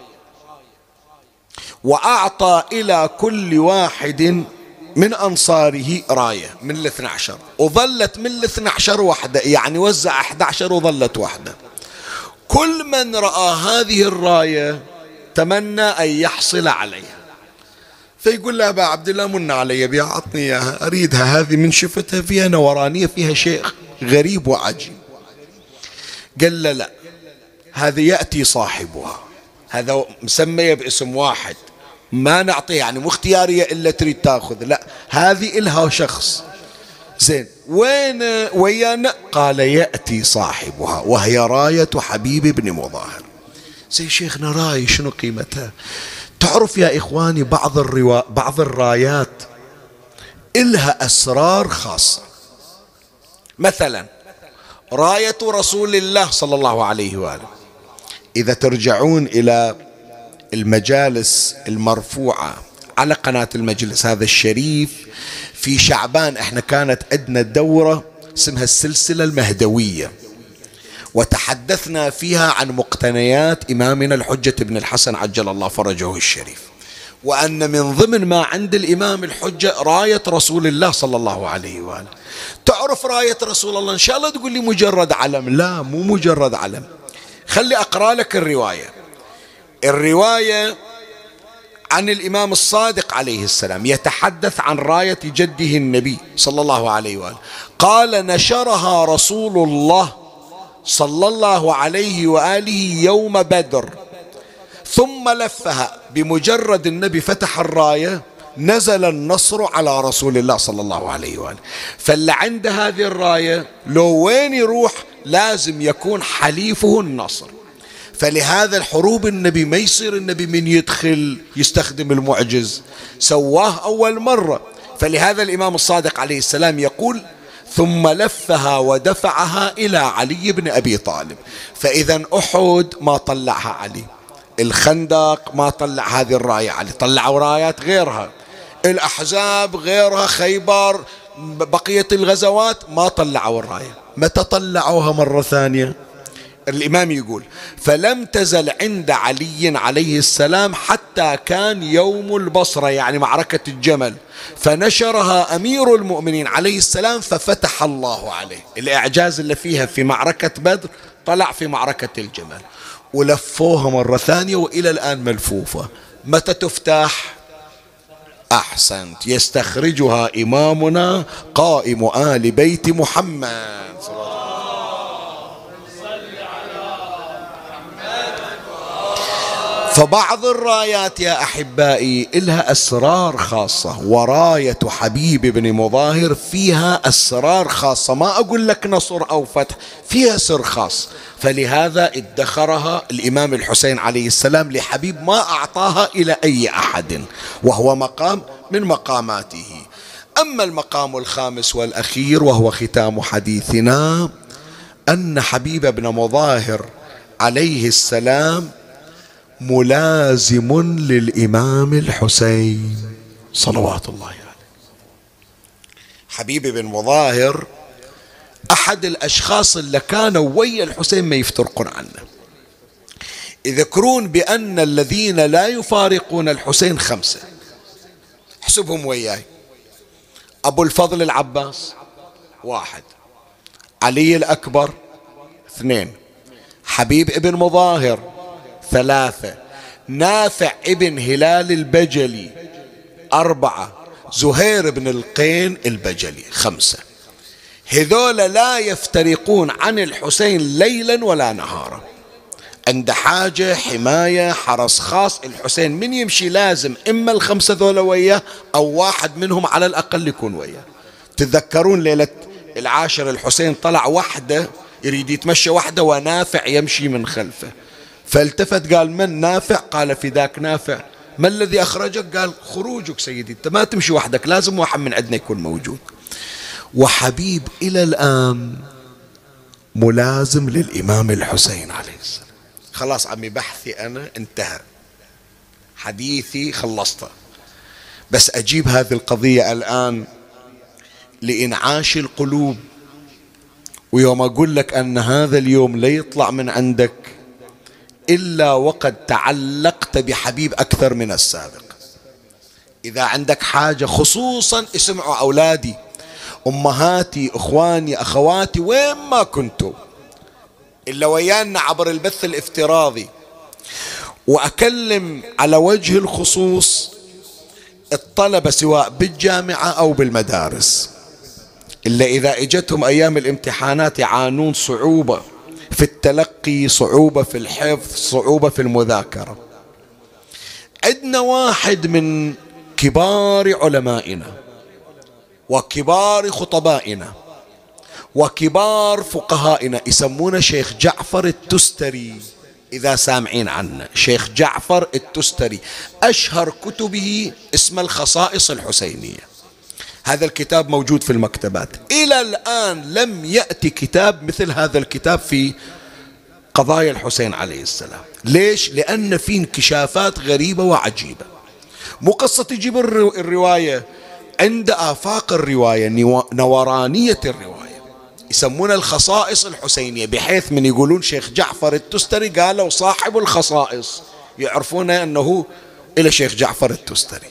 وأعطى إلى كل واحد من أنصاره راية من 12، وظلت من 12 وحدة، يعني وزع 11 وظلت وحدة. كل من رأى هذه الراية تمنى أن يحصل عليها، فيقول له أبا عبد الله من علي بها، عطني إياها أريدها، هذه من شفتها فيها نورانية فيها شيء غريب وعجيب. قال له لا، هذا يأتي صاحبها، هذا مسمية باسم واحد ما نعطيه، يعني مو اختيارية إلا تريد تأخذ، لا هذه إلها شخص. زين وين ويانا؟ قال يأتي صاحبها، وهي راية حبيب بن مظاهر. زين شيخنا راية شنو قيمتها؟ تعرف يا إخواني بعض الرايات إلها أسرار خاصة. مثلا راية رسول الله صلى الله عليه وآله، إذا ترجعون إلى المجالس المرفوعة على قناة المجلس هذا الشريف في شعبان، احنا كانت عندنا دورة اسمها السلسلة المهدوية، وتحدثنا فيها عن مقتنيات إمامنا الحجة بن الحسن عجل الله فرجه الشريف، وأن من ضمن ما عند الإمام الحجة راية رسول الله صلى الله عليه وآله. تعرف راية رسول الله؟ إن شاء الله تقول لي مجرد علم، لا مو مجرد علم. خلي أقرأ لك الرواية عن الإمام الصادق عليه السلام، يتحدث عن راية جده النبي صلى الله عليه وآله. قال نشرها رسول الله صلى الله عليه وآله يوم بدر، ثم لفها، بمجرد النبي فتح الراية نزل النصر على رسول الله صلى الله عليه وآله. فاللي عنده هذه الراية لو وين يروح لازم يكون حليفه النصر. فلهذا الحروب النبي ما يصير النبي من يدخل يستخدم المعجز، سواه أول مرة. فلهذا الإمام الصادق عليه السلام يقول ثم لفها ودفعها إلى علي بن أبي طالب. فإذا أحد ما طلعها علي، الخندق ما طلع هذه الراية علي، طلعوا رايات غيرها، الأحزاب غيرها، خيبر، بقية الغزوات ما طلعوا الراية. متى طلعوها مرة ثانية؟ الإمام يقول: فلم تزل عند علي عليه السلام حتى كان يوم البصرة، يعني معركة الجمل، فنشرها أمير المؤمنين عليه السلام ففتح الله عليه. الإعجاز اللي فيها في معركة بدر طلع في معركة الجمل، ولفوها مرة ثانية وإلى الآن ملفوفة. متى تفتح؟ أحسنت، يستخرجها إمامنا قائم آل بيت محمد صلى الله عليه وسلم. فبعض الرايات يا أحبائي إلها أسرار خاصة، وراية حبيب بن مظاهر فيها أسرار خاصة، ما أقول لك نصر أو فتح، فيها سر خاص، فلهذا ادخرها الإمام الحسين عليه السلام لحبيب ما أعطاها إلى أي أحد، وهو مقام من مقاماته. أما المقام الخامس والأخير وهو ختام حديثنا، أن حبيب بن مظاهر عليه السلام ملازم للإمام الحسين صلوات الله عليه. حبيب بن مظاهر أحد الأشخاص اللي كانوا ويا الحسين ما يفترقون عنه. يذكرون بأن الذين لا يفارقون الحسين 5، احسبهم وياي: أبو الفضل العباس 1، علي الأكبر 2، حبيب ابن مظاهر 3، نافع ابن هلال البجلي 4، زهير بن القين البجلي 5. هذول لا يفترقون عن الحسين ليلا ولا نهارا، عند حاجة حماية حرس خاص. الحسين من يمشي لازم إما ال5 ذولا وياه أو واحد منهم على الأقل يكون وياه. تتذكرون ليلة 10 الحسين طلع وحده يريد يتمشى وحده ونافع يمشي من خلفه، فالتفت قال: من نافع؟ قال: فداك نافع. ما الذي أخرجك؟ قال: خروجك سيدي، أنت ما تمشي وحدك، لازم واحد من عندنا يكون موجود. وحبيب إلى الآن ملازم للإمام الحسين عليه السلام. خلاص عمي، بحثي أنا انتهى، حديثي خلصته، بس أجيب هذه القضية الآن لإنعاش القلوب. ويوم أقول لك أن هذا اليوم لا يطلع من عندك إلا وقد تعلقت بحبيب أكثر من السابق. إذا عندك حاجة، خصوصا اسمعوا أولادي، أمهاتي، أخواني، أخواتي، وين ما كنتوا إلا ويانا عبر البث الافتراضي، وأكلم على وجه الخصوص الطلبة سواء بالجامعة أو بالمدارس، إلا إذا إجتهم أيام الامتحانات يعانون صعوبة في التلقي، صعوبة في الحفظ، صعوبة في المذاكرة. عندنا واحد من كبار علمائنا وكبار خطبائنا وكبار فقهائنا يسمونه شيخ جعفر التستري، إذا سامعين عنه شيخ جعفر التستري. أشهر كتبه اسم الخصائص الحسينية، هذا الكتاب موجود في المكتبات إلى الآن، لم يأتي كتاب مثل هذا الكتاب في قضايا الحسين عليه السلام. ليش؟ لأن فيه انكشافات غريبة وعجيبة. مو قصة يجيب الرواية، عند آفاق الرواية، نورانية الرواية، يسمون الخصائص الحسينية، بحيث من يقولون شيخ جعفر التستري قالوا صاحب الخصائص يعرفون أنه إلى شيخ جعفر التستري.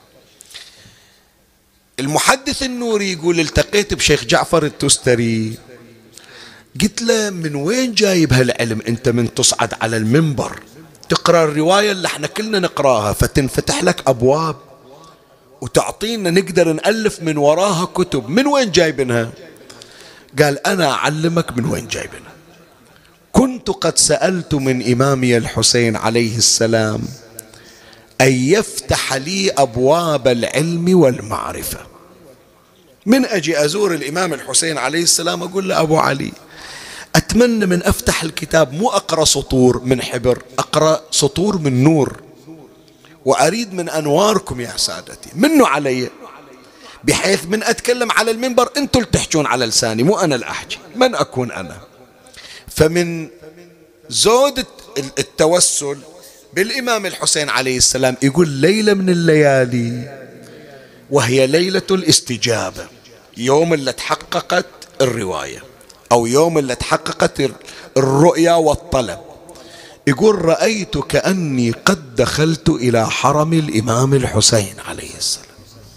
المحدث النوري يقول: التقيت بشيخ جعفر التستري، قلت له: من وين جايب هالعلم أنت من تصعد على المنبر تقرأ الرواية اللي احنا كلنا نقراها فتنفتح لك أبواب وتعطينا نقدر نألف من وراها كتب، من وين جايبنها؟ قال: أنا أعلمك من وين جايبنها. كنت قد سألت من إمامي الحسين عليه السلام أن يفتح لي أبواب العلم والمعرفة. من أجي أزور الإمام الحسين عليه السلام أقول له: أبو علي، أتمنى من أفتح الكتاب مو أقرأ سطور من حبر، أقرأ سطور من نور، وأريد من أنواركم يا سادتي منه علي، بحيث من أتكلم على المنبر أنتوا اللي تحجون على لساني، مو أنا اللي أحكي، من أكون أنا. فمن زود التوسل بالإمام الحسين عليه السلام يقول: ليلة من الليالي وهي ليلة الاستجابة، يوم اللي تحققت الرواية، أو يوم اللي تحققت الرؤيا والطلب، يقول رأيت كأني قد دخلت إلى حرم الإمام الحسين عليه السلام،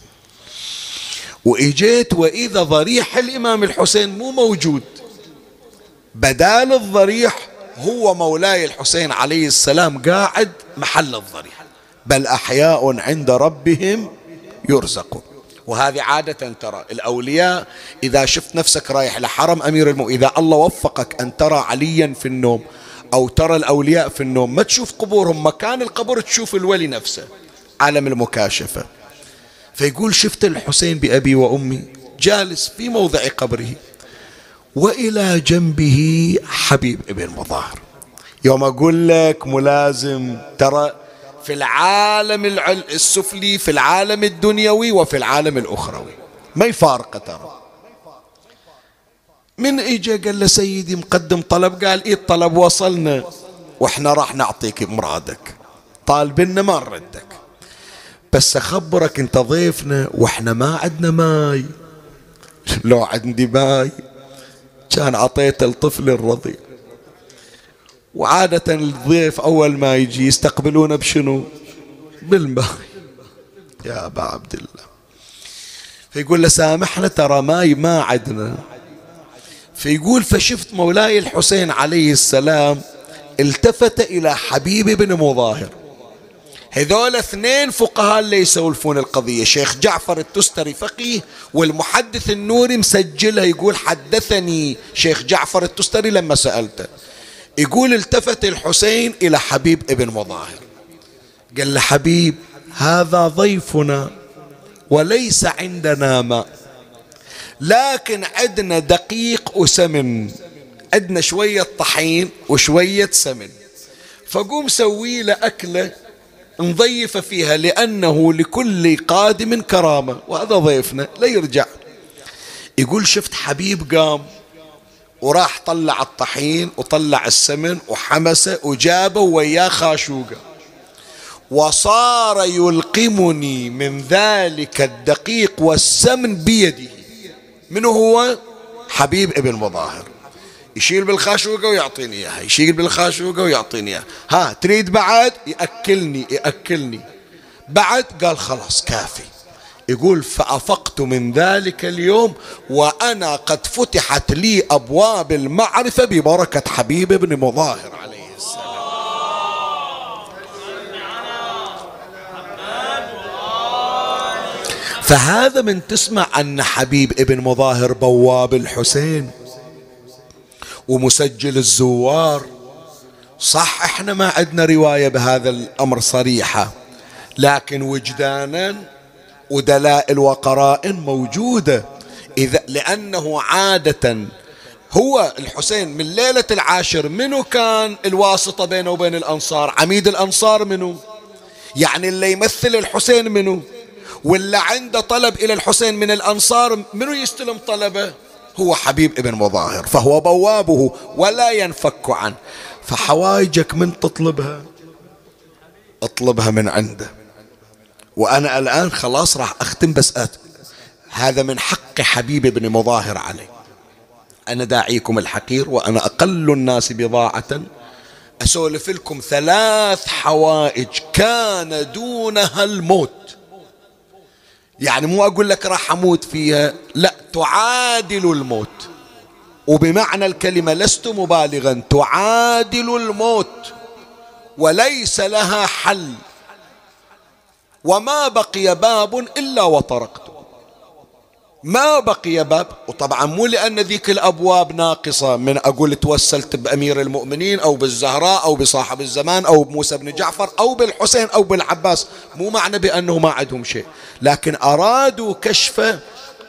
وإجيت وإذا ضريح الإمام الحسين مو موجود، بدال الضريح هو مولاي الحسين عليه السلام قاعد محل الضريح، بل أحياء عند ربهم يرزقون. وهذه عادة ترى الأولياء إذا شفت نفسك رايح لحرم أمير المؤمنين، إذا الله وفقك أن ترى عليا في النوم أو ترى الأولياء في النوم، ما تشوف قبورهم، مكان القبر تشوف الولي نفسه، عالم المكاشفة. فيقول شفت الحسين بأبي وأمي جالس في موضع قبره، وإلى جنبه حبيب ابن مظاهر. يوم أقول لك ملازم ترى في العالم السفلي، في العالم الدنيوي وفي العالم الأخروي، ما يفارق ترى. من إجا قال له سيدي مقدم طلب، قال إيه الطلب؟ وصلنا وإحنا راح نعطيك مرادك، طالبنا ما نردك، بس أخبرك أنت ضيفنا وإحنا ما عندنا ماي. لو عندي ماي كان عطيته الطفل الرضيع. وعادة الضيف أول ما يجي يستقبلونه بشنو؟ بالماء يا أبا عبد الله. فيقول له سامحنا ترى ماي ما عندنا. فيقول فشفت مولاي الحسين عليه السلام التفت إلى حبيب بن مظاهر. هذول اثنين فقهاء اللي يسولفون القضية، شيخ جعفر التستري فقيه، والمحدث النوري مسجلها، يقول حدثني شيخ جعفر التستري لما سألته، يقول التفت الحسين إلى حبيب ابن مظاهر قال له حبيب هذا ضيفنا وليس عندنا ماء، لكن عندنا دقيق وسمن، عندنا شوية طحين وشوية سمن، فقوم سوي له أكلة نضيف فيها، لأنه لكل قادم كرامة، وهذا ضيفنا لا يرجع. يقول شفت حبيب قام وراح طلع الطحين وطلع السمن وحمسه وجابه وياه خاشوقه، وصار يلقمني من ذلك الدقيق والسمن بيده. منه هو؟ حبيب ابن مظاهر. يشيل بالخاشوقة ويعطيني إياها، يشيل بالخاشوقة ويعطيني إياها، ها تريد بعد؟ يأكلني بعد. قال خلاص كافي. يقول فأفقت من ذلك اليوم وأنا قد فتحت لي أبواب المعرفة ببركة حبيب ابن مظاهر عليه السلام. فهذا من تسمع أن حبيب ابن مظاهر بواب الحسين ومسجل الزوار. صح احنا ما عندنا رواية بهذا الأمر صريحة، لكن وجدانا ودلائل وقرائن موجودة. لأنه عادة هو الحسين من ليلة العاشر منو كان الواسطة بينه وبين الأنصار؟ عميد الأنصار منو؟ يعني اللي يمثل الحسين منو؟ واللي عنده طلب إلى الحسين من الأنصار منو يستلم طلبه؟ هو حبيب ابن مظاهر، فهو بوابه ولا ينفك عنه. فحوايجك من تطلبها اطلبها من عنده. وأنا الآن خلاص راح أختم، بس هذا من حق حبيب ابن مظاهر عليه. أنا داعيكم الحقير وأنا أقل الناس بضاعة، أسولف لكم 3 حوائج كان دونها الموت. يعني مو أقول لك راح أموت فيها، لا، تعادل الموت، وبمعنى الكلمة لست مبالغا، تعادل الموت وليس لها حل. وما بقي باب إلا وطرقته، ما بقي باب. وطبعا مو لأن ذيك الأبواب ناقصة، من أقول توسلت بأمير المؤمنين أو بالزهراء أو بصاحب الزمان أو بموسى بن جعفر أو بالحسين أو بالعباس، مو معنى بأنه ما عندهم شيء، لكن أرادوا كشف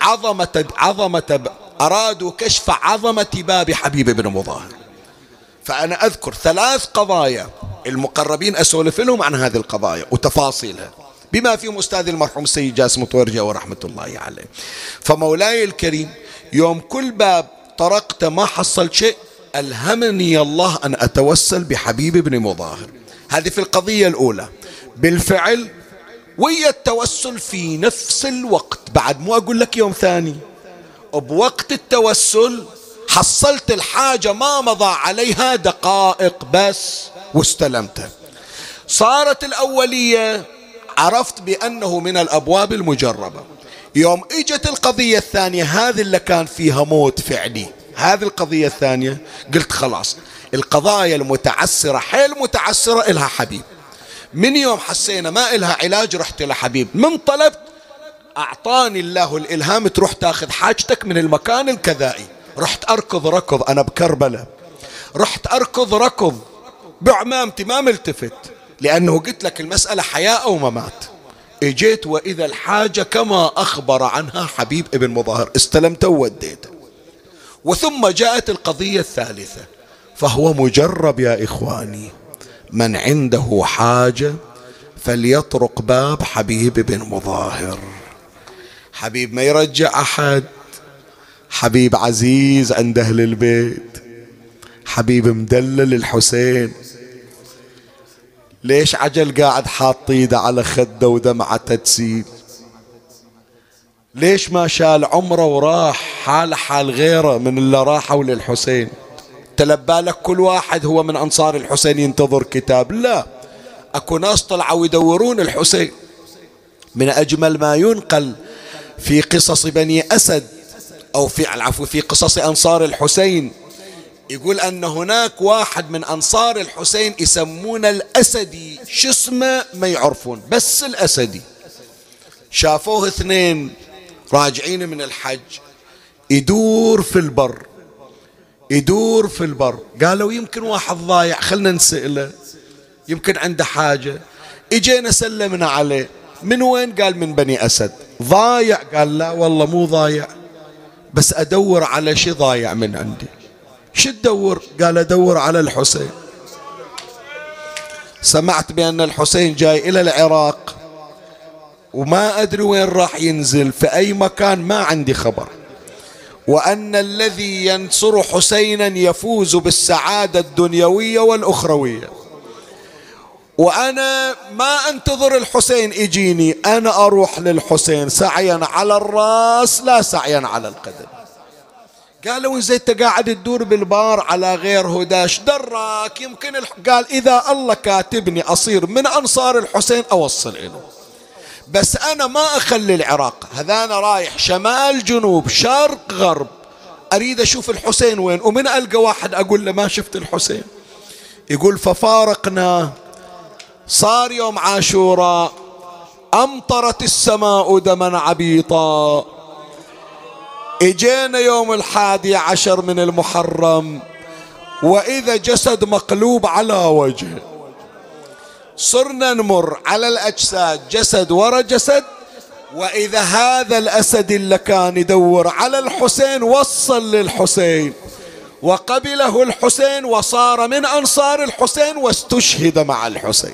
عظمة باب حبيب بن مظاهر. فأنا أذكر 3 قضايا المقربين أسولف لهم عن هذه القضايا وتفاصيلها، بما فيهم أستاذ المرحوم السيد جاسم طويرجة ورحمة الله عليه. فمولاي الكريم يوم كل باب طرقت ما حصل شيء، ألهمني الله أن أتوسل بحبيب بن مظاهر. هذه في القضية الأولى. بالفعل ويا التوسل في نفس الوقت، بعد مو أقول لك يوم ثاني، بوقت التوسل حصلت الحاجة ما مضى عليها دقائق بس واستلمتها. صارت الأولية عرفت بأنه من الأبواب المجربة. يوم اجت القضية الثانية هذه اللي كان فيها موت فعلي، هذه القضية الثانية قلت خلاص القضايا المتعسرة حيل متعسرة إلها حبيب. من يوم حسينا ما إلها علاج رحت لحبيب، من طلبت أعطاني الله الإلهام تروح تاخذ حاجتك من المكان الكذائي. رحت أركض ركض أنا بكربلة، رحت أركض ركض بعمامتي ما ملتفت، لأنه قلت لك المسألة حياة أو ممات. اجيت وإذا الحاجة كما أخبر عنها حبيب ابن مظاهر، استلمته ووديته. وثم جاءت القضية الثالثة، فهو مجرب يا إخواني. من عنده حاجة فليطرق باب حبيب بن مظاهر. حبيب ما يرجع أحد، حبيب عزيز عند أهل البيت، حبيب مدلل الحسين. ليش عجل قاعد حاط ايده على خده ودمعته تسيل؟ ليش ما شال عمره وراح حال حال غيره من اللي راحوا للحسين؟ تلبالك كل واحد هو من أنصار الحسين ينتظر كتاب، لا، أكو ناس طلعوا يدورون الحسين. من أجمل ما ينقل في قصص بني أسد أو في قصص أنصار الحسين، يقول أن هناك واحد من أنصار الحسين يسمون الأسدي، شو اسمه ما يعرفون، بس الأسدي. شافوه اثنين راجعين من الحج يدور في البر، يدور في البر، قالوا يمكن واحد ضايع خلنا نسأله يمكن عنده حاجة. اجينا سلمنا عليه، من وين؟ قال من بني أسد. ضايع؟ قال لا والله مو ضايع، بس أدور على شي ضايع من عندي. شو تدور؟ قال أدور على الحسين. سمعت بأن الحسين جاي إلى العراق وما أدري وين راح ينزل، في أي مكان ما عندي خبر، وأن الذي ينصر حسينا يفوز بالسعادة الدنيوية والأخروية، وأنا ما أنتظر الحسين يجيني، أنا أروح للحسين سعيا على الرأس لا سعيا على القدم. قالوا إن انت قاعد تدور بالبار على غير هداش دراك يمكن قال إذا الله كاتبني أصير من أنصار الحسين أوصل إله، بس أنا ما أخلي العراق، هذا أنا رايح شمال جنوب شرق غرب أريد أشوف الحسين وين، ومن ألقى واحد أقول له ما شفت الحسين. يقول ففارقنا، صار يوم عاشوراء، أمطرت السماء دما عبيطا، اجينا يوم 11 من المحرم، وإذا جسد مقلوب على وجهه، صرنا نمر على الأجساد جسد ورا جسد، وإذا هذا الأسد اللي كان يدور على الحسين وصل للحسين وقبله الحسين وصار من أنصار الحسين واستشهد مع الحسين.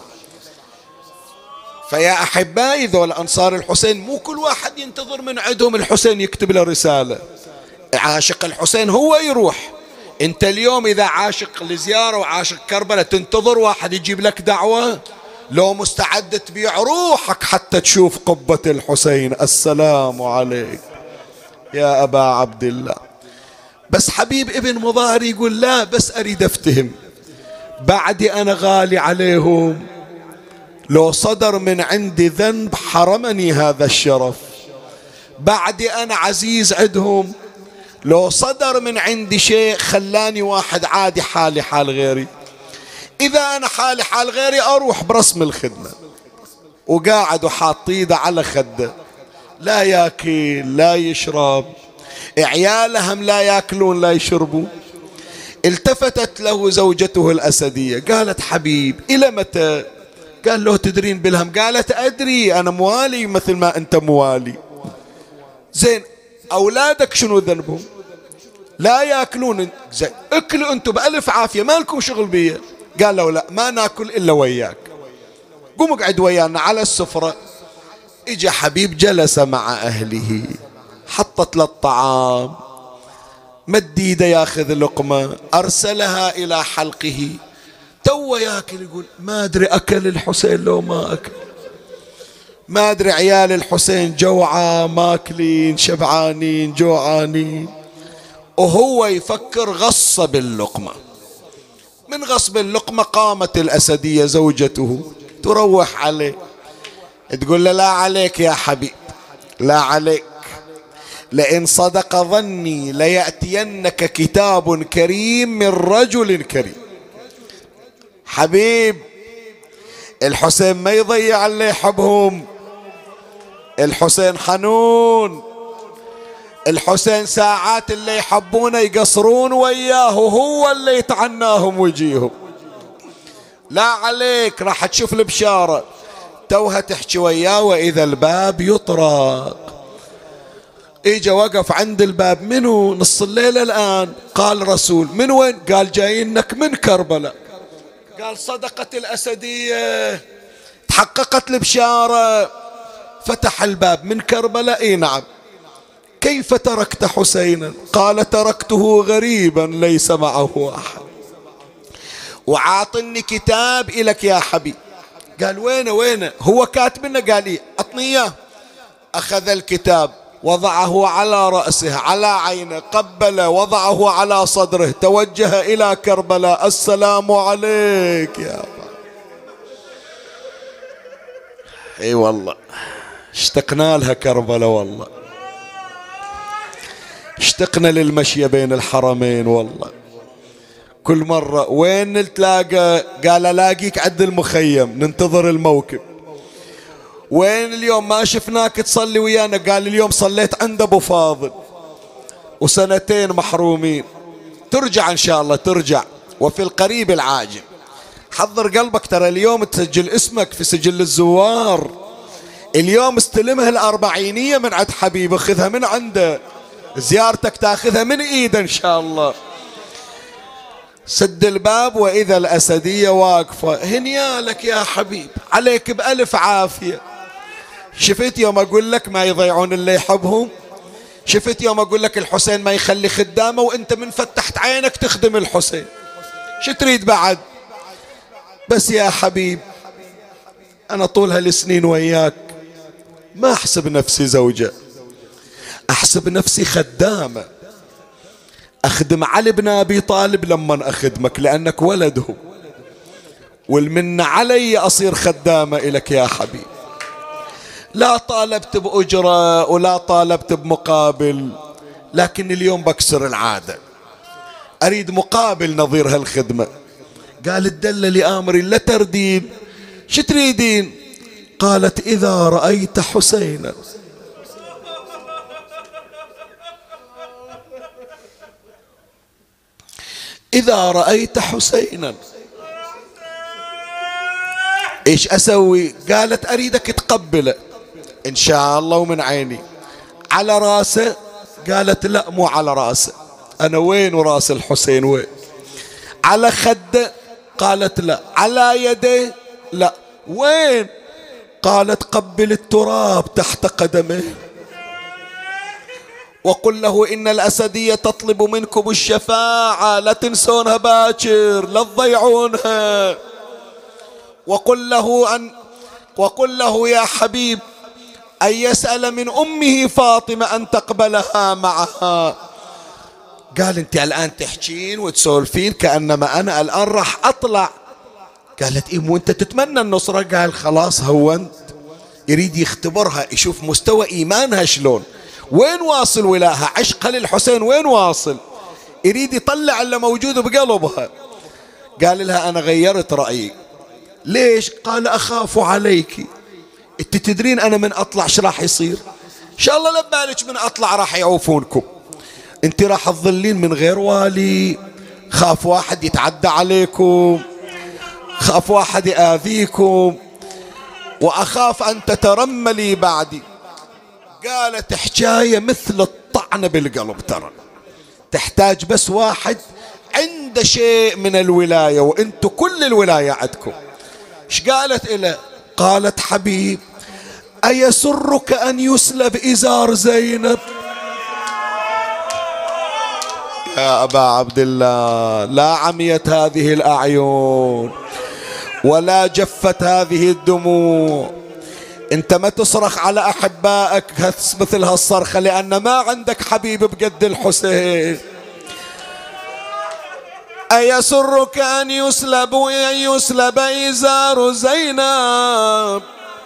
فيا أحبائي ذول أنصار الحسين مو كل واحد ينتظر من عندهم الحسين يكتب له رسالة. عاشق الحسين هو يروح. انت اليوم إذا عاشق لزيارة وعاشق كربلاء تنتظر واحد يجيب لك دعوة؟ لو مستعد تبيع روحك حتى تشوف قبة الحسين. السلام عليك يا أبا عبد الله. بس حبيب ابن مظاهر يقول لا، بس أريد أفتهم، بعدي أنا غالي عليهم، لو صدر من عندي ذنب حرمني هذا الشرف، بعدي أنا عزيز عندهم، لو صدر من عندي شيء خلاني واحد عادي حالي حال غيري، إذا أنا حالي حال غيري أروح برسم الخدمة. وقاعد وحاط ايده على خده، لا ياكل لا يشرب، عيالهم لا ياكلون لا يشربون. التفتت له زوجته الأسدية قالت حبيب إلى متى؟ قال له تدرين بالهم؟ قالت أدري، أنا موالي مثل ما أنت موالي. زين أولادك شنو ذنبهم؟ لا ياكلون. زين اكلوا أنتم بألف عافية ما لكم شغل بيه. قال له لا ما ناكل إلا وياك، قوم اقعد ويانا على السفرة. اجى حبيب جلس مع أهله، حطت له الطعام، مد يده ياخذ لقمة، أرسلها إلى حلقه، تو ياكل. يقول ما أدري أكل الحسين لو ما أكل، ما أدري عيال الحسين جوعى ماكلين شبعانين جوعانين. وهو يفكر غص باللقمة. من غصب اللقمة قامت الأسدية زوجته تروح عليه، تقول له لا عليك يا حبيب، لا عليك، لئن صدق ظني ليأتينك كتاب كريم من رجل كريم. حبيب الحسين ما يضيع اللي يحبهم، الحسين حنون، الحسين ساعات اللي يحبونه يقصرون وياه، هو اللي يتعناهم ويجيهم. لا عليك، راح تشوف البشارة. توها تحكي وياه وإذا الباب يطرق. اجا وقف عند الباب، منو؟ نص الليل الآن. قال رسول. من وين؟ قال جايينك من كربلاء. قال صدقت الأسدية، تحققت البشارة. فتح الباب. من كربلاء؟ اي نعم. كيف تركت حسينا؟ قال تركته غريبا ليس معه أحد، وعاطني كتاب إلك يا حبيب. قال وينه؟ هو كاتب لنا. قال إيه؟ أعطني إياه. أخذ الكتاب وضعه على رأسه على عينه، قبل، وضعه على صدره، توجه إلى كربلاء. السلام عليك يا أبا. اي والله اشتقنا لها كربلاء، والله اشتقنا للمشي بين الحرمين. والله كل مرة وين نتلاقى؟ قال الاقيك عند المخيم ننتظر الموكب. وين اليوم ما شفناك تصلي ويانا؟ قال اليوم صليت عند ابو فاضل، وسنتين محرومين. ترجع ان شاء الله، ترجع وفي القريب العاجل. حضر قلبك، ترى اليوم تسجل اسمك في سجل الزوار. اليوم استلمها الأربعينية من عند حبيب، خذها من عنده، زيارتك تاخذها من ايده ان شاء الله. سد الباب وإذا الأسدية واقفة. هنيالك يا حبيب، عليك بألف عافية. شفت يوم أقول لك ما يضيعون اللي يحبهم؟ شفت يوم أقول لك الحسين ما يخلي خدامه وأنت من فتحت عينك تخدم الحسين؟ شو تريد بعد؟ بس يا حبيب أنا طول هالسنين وياك ما أحسب نفسي زوجة، أحسب نفسي خدامة، أخدم علي بن أبي طالب لما أخدمك لأنك ولده، والمن علي أصير خدامة إلك يا حبيب. لا طالبت بأجرة ولا طالبت بمقابل، لكن اليوم بكسر العادة، أريد مقابل نظير هالخدمة. قالت دللي آمري لا تردين. شو تريدين؟ قالت إذا رأيت حسينا. إذا رأيت حسينا إيش أسوي؟ قالت أريدك تقبله. إن شاء الله ومن عيني. على راسه؟ قالت لا مو على راسه، أنا وين وراس الحسين وين؟ على خده؟ قالت لا. على يده؟ لا. وين؟ قالت قبل التراب تحت قدمه، وقل له إن الأسدية تطلب منكم الشفاعة، لا تنسونها باكر، لا تضيعونها. وقل له يا حبيب أن يسأل من أمه فاطمة أن تقبلها معها. قال أنت الآن تحكين وتسولفين كأنما أنا الآن راح أطلع. قالت إيه وأنت تتمنى النصرة؟ قال خلاص هونت. يريد يختبرها، يشوف مستوى إيمانها شلون، وين واصل ولاها، عشقها للحسين وين واصل، يريد يطلع اللي موجود بقلبها. قال لها أنا غيرت رأيي. ليش؟ قال أخاف عليك. انت تدرين أنا من أطلع ايش راح يصير؟ إن شاء الله لبالك من أطلع راح يعوفونكم، انت راح تظلين من غير والي. خاف واحد يتعدى عليكم، خاف واحد يآذيكم، وأخاف أن تترملي بعدي. قالت حكاية مثل الطعنة بالقلب، ترى تحتاج بس واحد عنده شيء من الولاية، وانتم كل الولاية عندكم. ايش قالت إله؟ قالت حبيب أيسرك أن يسلب إزار زينب؟ يا أبا عبد الله، لا عميت هذه الأعين ولا جفت هذه الدموع. انت ما تصرخ على أحبائك مثل هالصرخة، لأن ما عندك حبيب بقد الحسين. أيسرك أن يسلب إزار زينب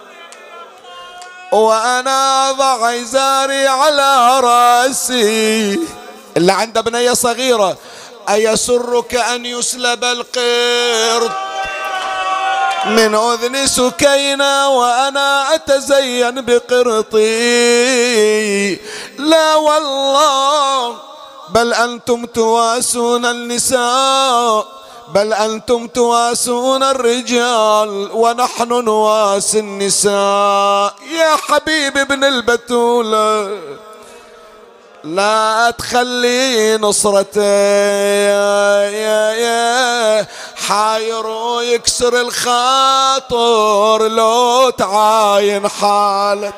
وأنا أضع إزاري على رأسي؟ اللي عنده بنية صغيرة: أيسرك أن يسلب القرد من أذن سكينة وأنا أتزين بقرطي؟ لا والله، بل أنتم تواسون النساء، بل أنتم تواسون الرجال ونحن نواسي النساء. يا حبيب ابن البتولة، لا تخلي نصرته يا حاير ويكسر الخاطر لو تعاين حالة.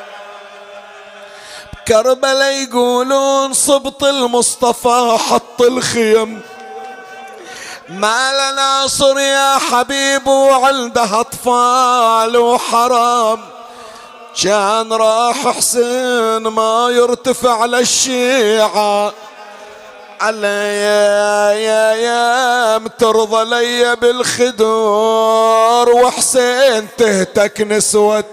كربلاء يقولون صبط المصطفى حط الخيم، ما لنا ناصر يا حبيب وعنده أطفال وحرام. كان راح حسين ما يرتفع للشيعة علي يا ترضى لي بالخدور، وحسين تهتك نسوت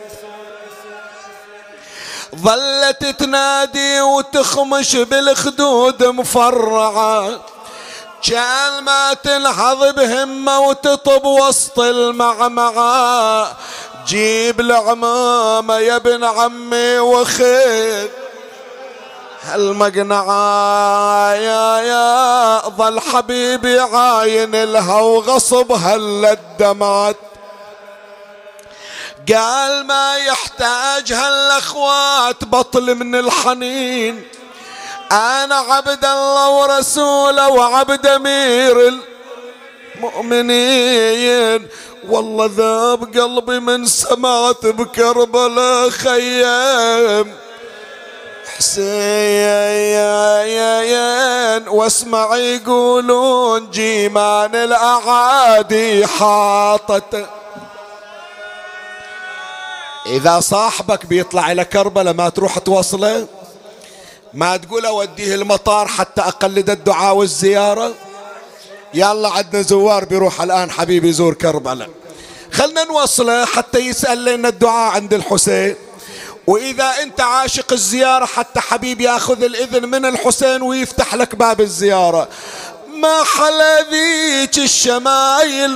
ظلت تنادي وتخمش بالخدود مفرعة. كان ما تنهض بهمة وتطب وسط المعمعة. جيب العمامة يا ابن عمي وخذ هالمقنعة يا ظل حبيبي عاين لها وغصب هالدمعت. قال ما يحتاج هالاخوات بطل من الحنين، انا عبد الله ورسوله وعبد امير المؤمنين. والله ذاب قلبي من سمعت بكربلاء خيام حسين، واسمع يقولون جيمان الاعادي حاطت. اذا صاحبك بيطلع الى كربلاء ما تروح توصله؟ ما تقول اوديه المطار حتى اقلد الدعاء والزيارة؟ يلا عندنا زوار بيروح الآن حبيبي يزور كربلاء، خلنا نوصله حتى يسأل لنا الدعاء عند الحسين. وإذا أنت عاشق الزيارة حتى حبيبي يأخذ الإذن من الحسين ويفتح لك باب الزيارة. ما حلا ذيك الشمايل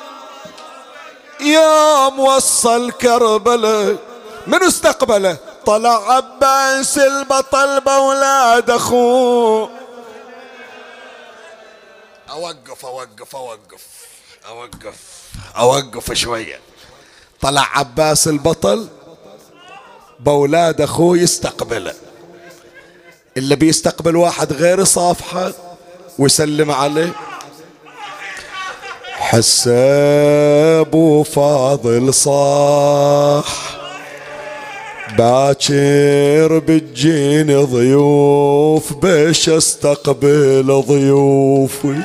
يوم وصل كربلاء. من استقبله؟ طلع عباس البطل بولاد أخوه. أوقف شوية. طلع عباس البطل بأولاد أخوه يستقبله. اللي بيستقبل واحد غير صافحة ويسلم عليه. حساب فاضل صاح باكر بتجيني ضيوف، بيش استقبل ضيوفي.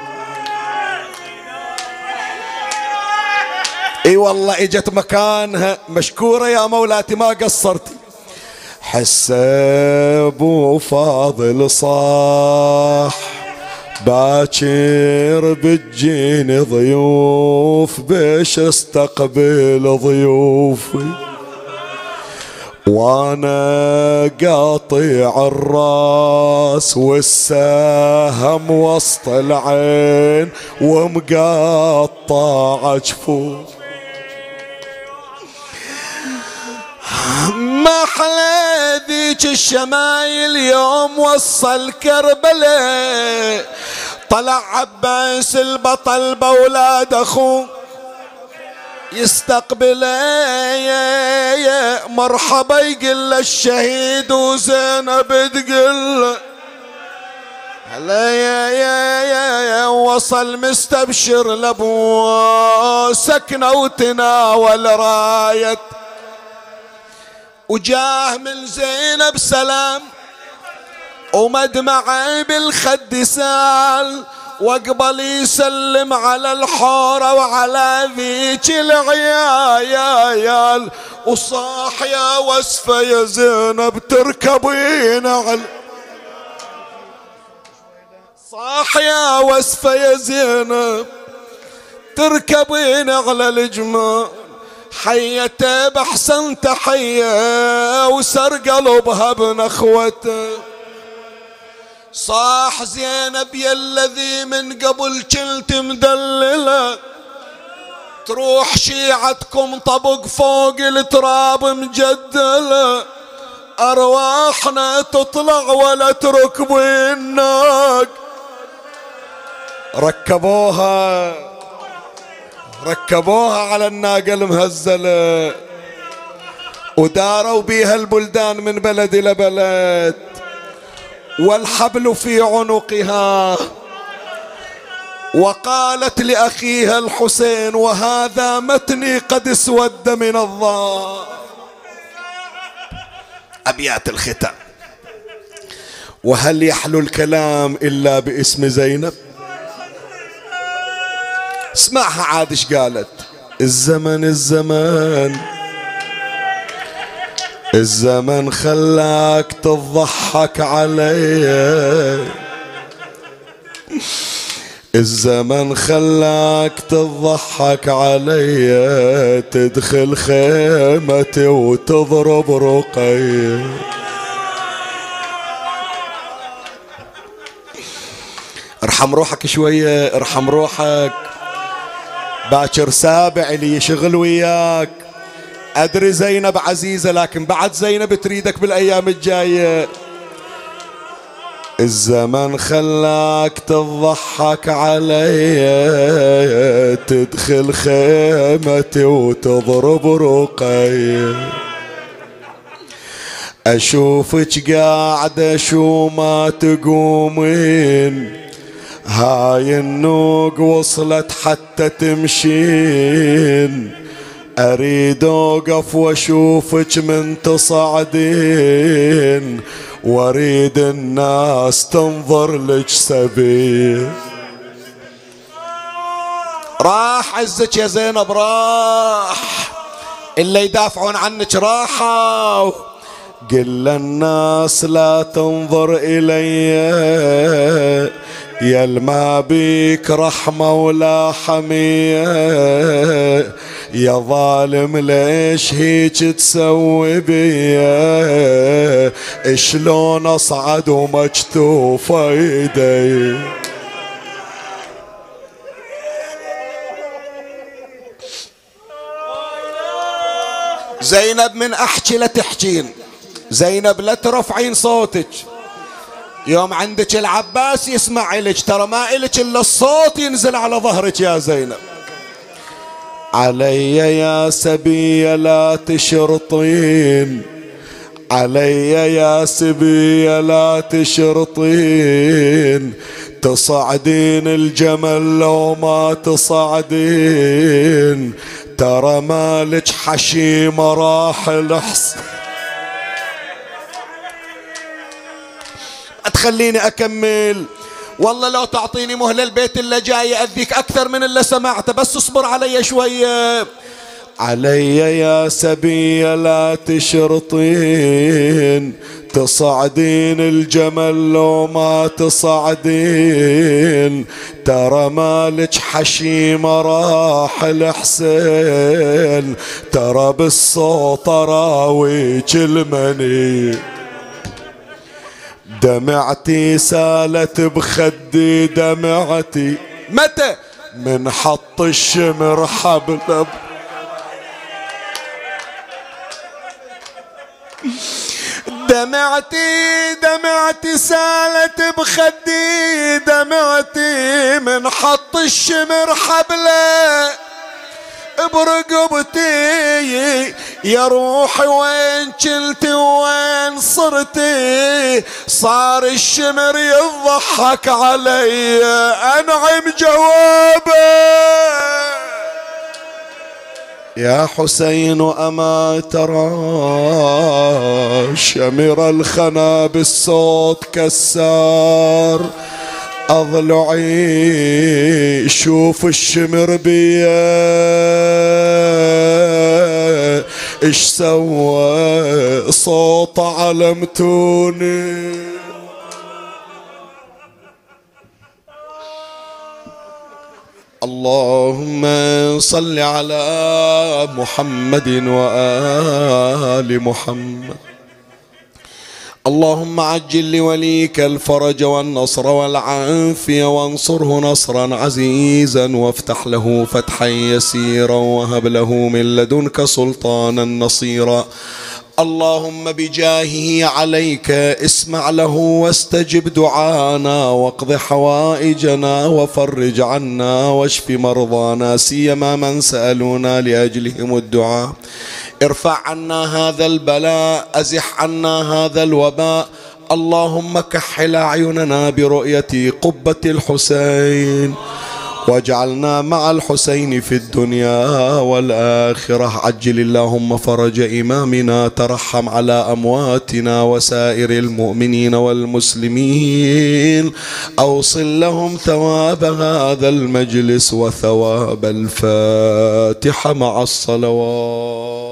اي والله اجت مكانها، مشكورة يا مولاتي ما قصرتي. حساب فاضل صاح باكر بتجيني ضيوف، بيش استقبل ضيوفي. وانا قاطع الراس والسهم وسط العين ومقاطع جفوف. ما حلا ذيك الشمايل يوم وصل كربلاء. طلع عباس البطل بأولاد أخوه يستقبله. مرحبا يقل الشهيد وزينب تقل هلا يا وصل مستبشر لابوه سكنه وتناول راية. وجاه من زينب سلام ومدمعي بالخد سال، واقبل يسلم على الحورة وعلى ذيك العيال. وصاح يا وسفة يا زينب تركبين على صاح يا وسفة يا زينب تركبين على الجمال، حيته بأحسن تحية وسر قلبها بنخوته. صاح زينب يا الذي من قبل كنت مدللة، تروح شيعتكم طبق فوق التراب مجدلة، أرواحنا تطلع ولا تركبوا الناق. ركبوها على الناقة المهزلة وداروا بيها البلدان من بلد إلى بلد، والحبل في عنقها. وقالت لأخيها الحسين وهذا متني قد اسود من الضار. أبيات الختام. وهل يحلو الكلام إلا باسم زينب؟ اسمعها عاد ايش قالت. الزمن خلاك تضحك علي، الزمن خلاك تضحك علي، تدخل خيمتي وتضرب رقي. ارحم روحك شوية، ارحم روحك. باكر سابع لي شغل وياك. أدري زينب عزيزة لكن بعد زينب تريدك بالأيام الجاية. الزمن خلاك تضحك علي، تدخل خيمتي وتضرب رقي. أشوفك قاعدة شو ما تقومين، هاي النوق وصلت حتى تمشين. أريد أوقف وأشوفك من تصعدين، وأريد الناس تنظر لك سبيل. راح عزك يا زينب، راح اللي يدافعون عنك راحوا. قل للناس لا تنظر إلي، يا الما بيك رحمة ولا حمية. يا ظالم ليش هيك تسوي بيا، شلون اصعد ومكتوف ايدي. زينب من احكي لا تحكين، زينب لا ترفعين صوتك. يوم عندك العباس يسمع إلك، ترى ما إلك إلا الصوت ينزل على ظهرك يا زينب. علي يا سبية لا تشرطين، علي يا سبية لا تشرطين. تصعدين الجمل لو ما تصعدين، ترى مالك حشي مراحل حسن. تخليني أكمل، والله لو تعطيني مهلة البيت اللي جاي أذيك أكثر من اللي سمعته، بس اصبر علي شوية. علي يا سبية لا تشرطين، تصعدين الجمل لو ما تصعدين. ترى مالك حشي مراحل حسين، ترى بالصوت راويك المني. دمعتي سالت بخدي دمعتي، متى من حط الشمر حبل. دمعتي سالت بخدي دمعتي، من حط الشمر حبله برقبتي. يا روحي وين كنتي وين صرتي، صار الشمر يضحك علي انعم جوابه. يا حسين أما ترى شمر الخنا بالصوت كسار أضلعي، شوف الشمر بيا إيش سوى صوت علمتوني. اللهم صل على محمد وآل محمد. اللهم عجل لوليك الفرج والنصر والعافية وانصره نصرا عزيزا وافتح له فتحا يسيرا وهب له من لدنك سلطانا نصيرا. اللهم بجاهه عليك اسمع له واستجب دعانا واقض حوائجنا وفرج عنا واشف مرضانا سيما من سألونا لأجلهم الدعاء. ارفع عنا هذا البلاء، أزح عنا هذا الوباء. اللهم كحل أعيننا برؤية قبة الحسين واجعلنا مع الحسين في الدنيا والآخرة. عجل اللهم فرج إمامنا، ترحم على أمواتنا وسائر المؤمنين والمسلمين، أوصل لهم ثواب هذا المجلس وثواب الفاتحة مع الصلوات.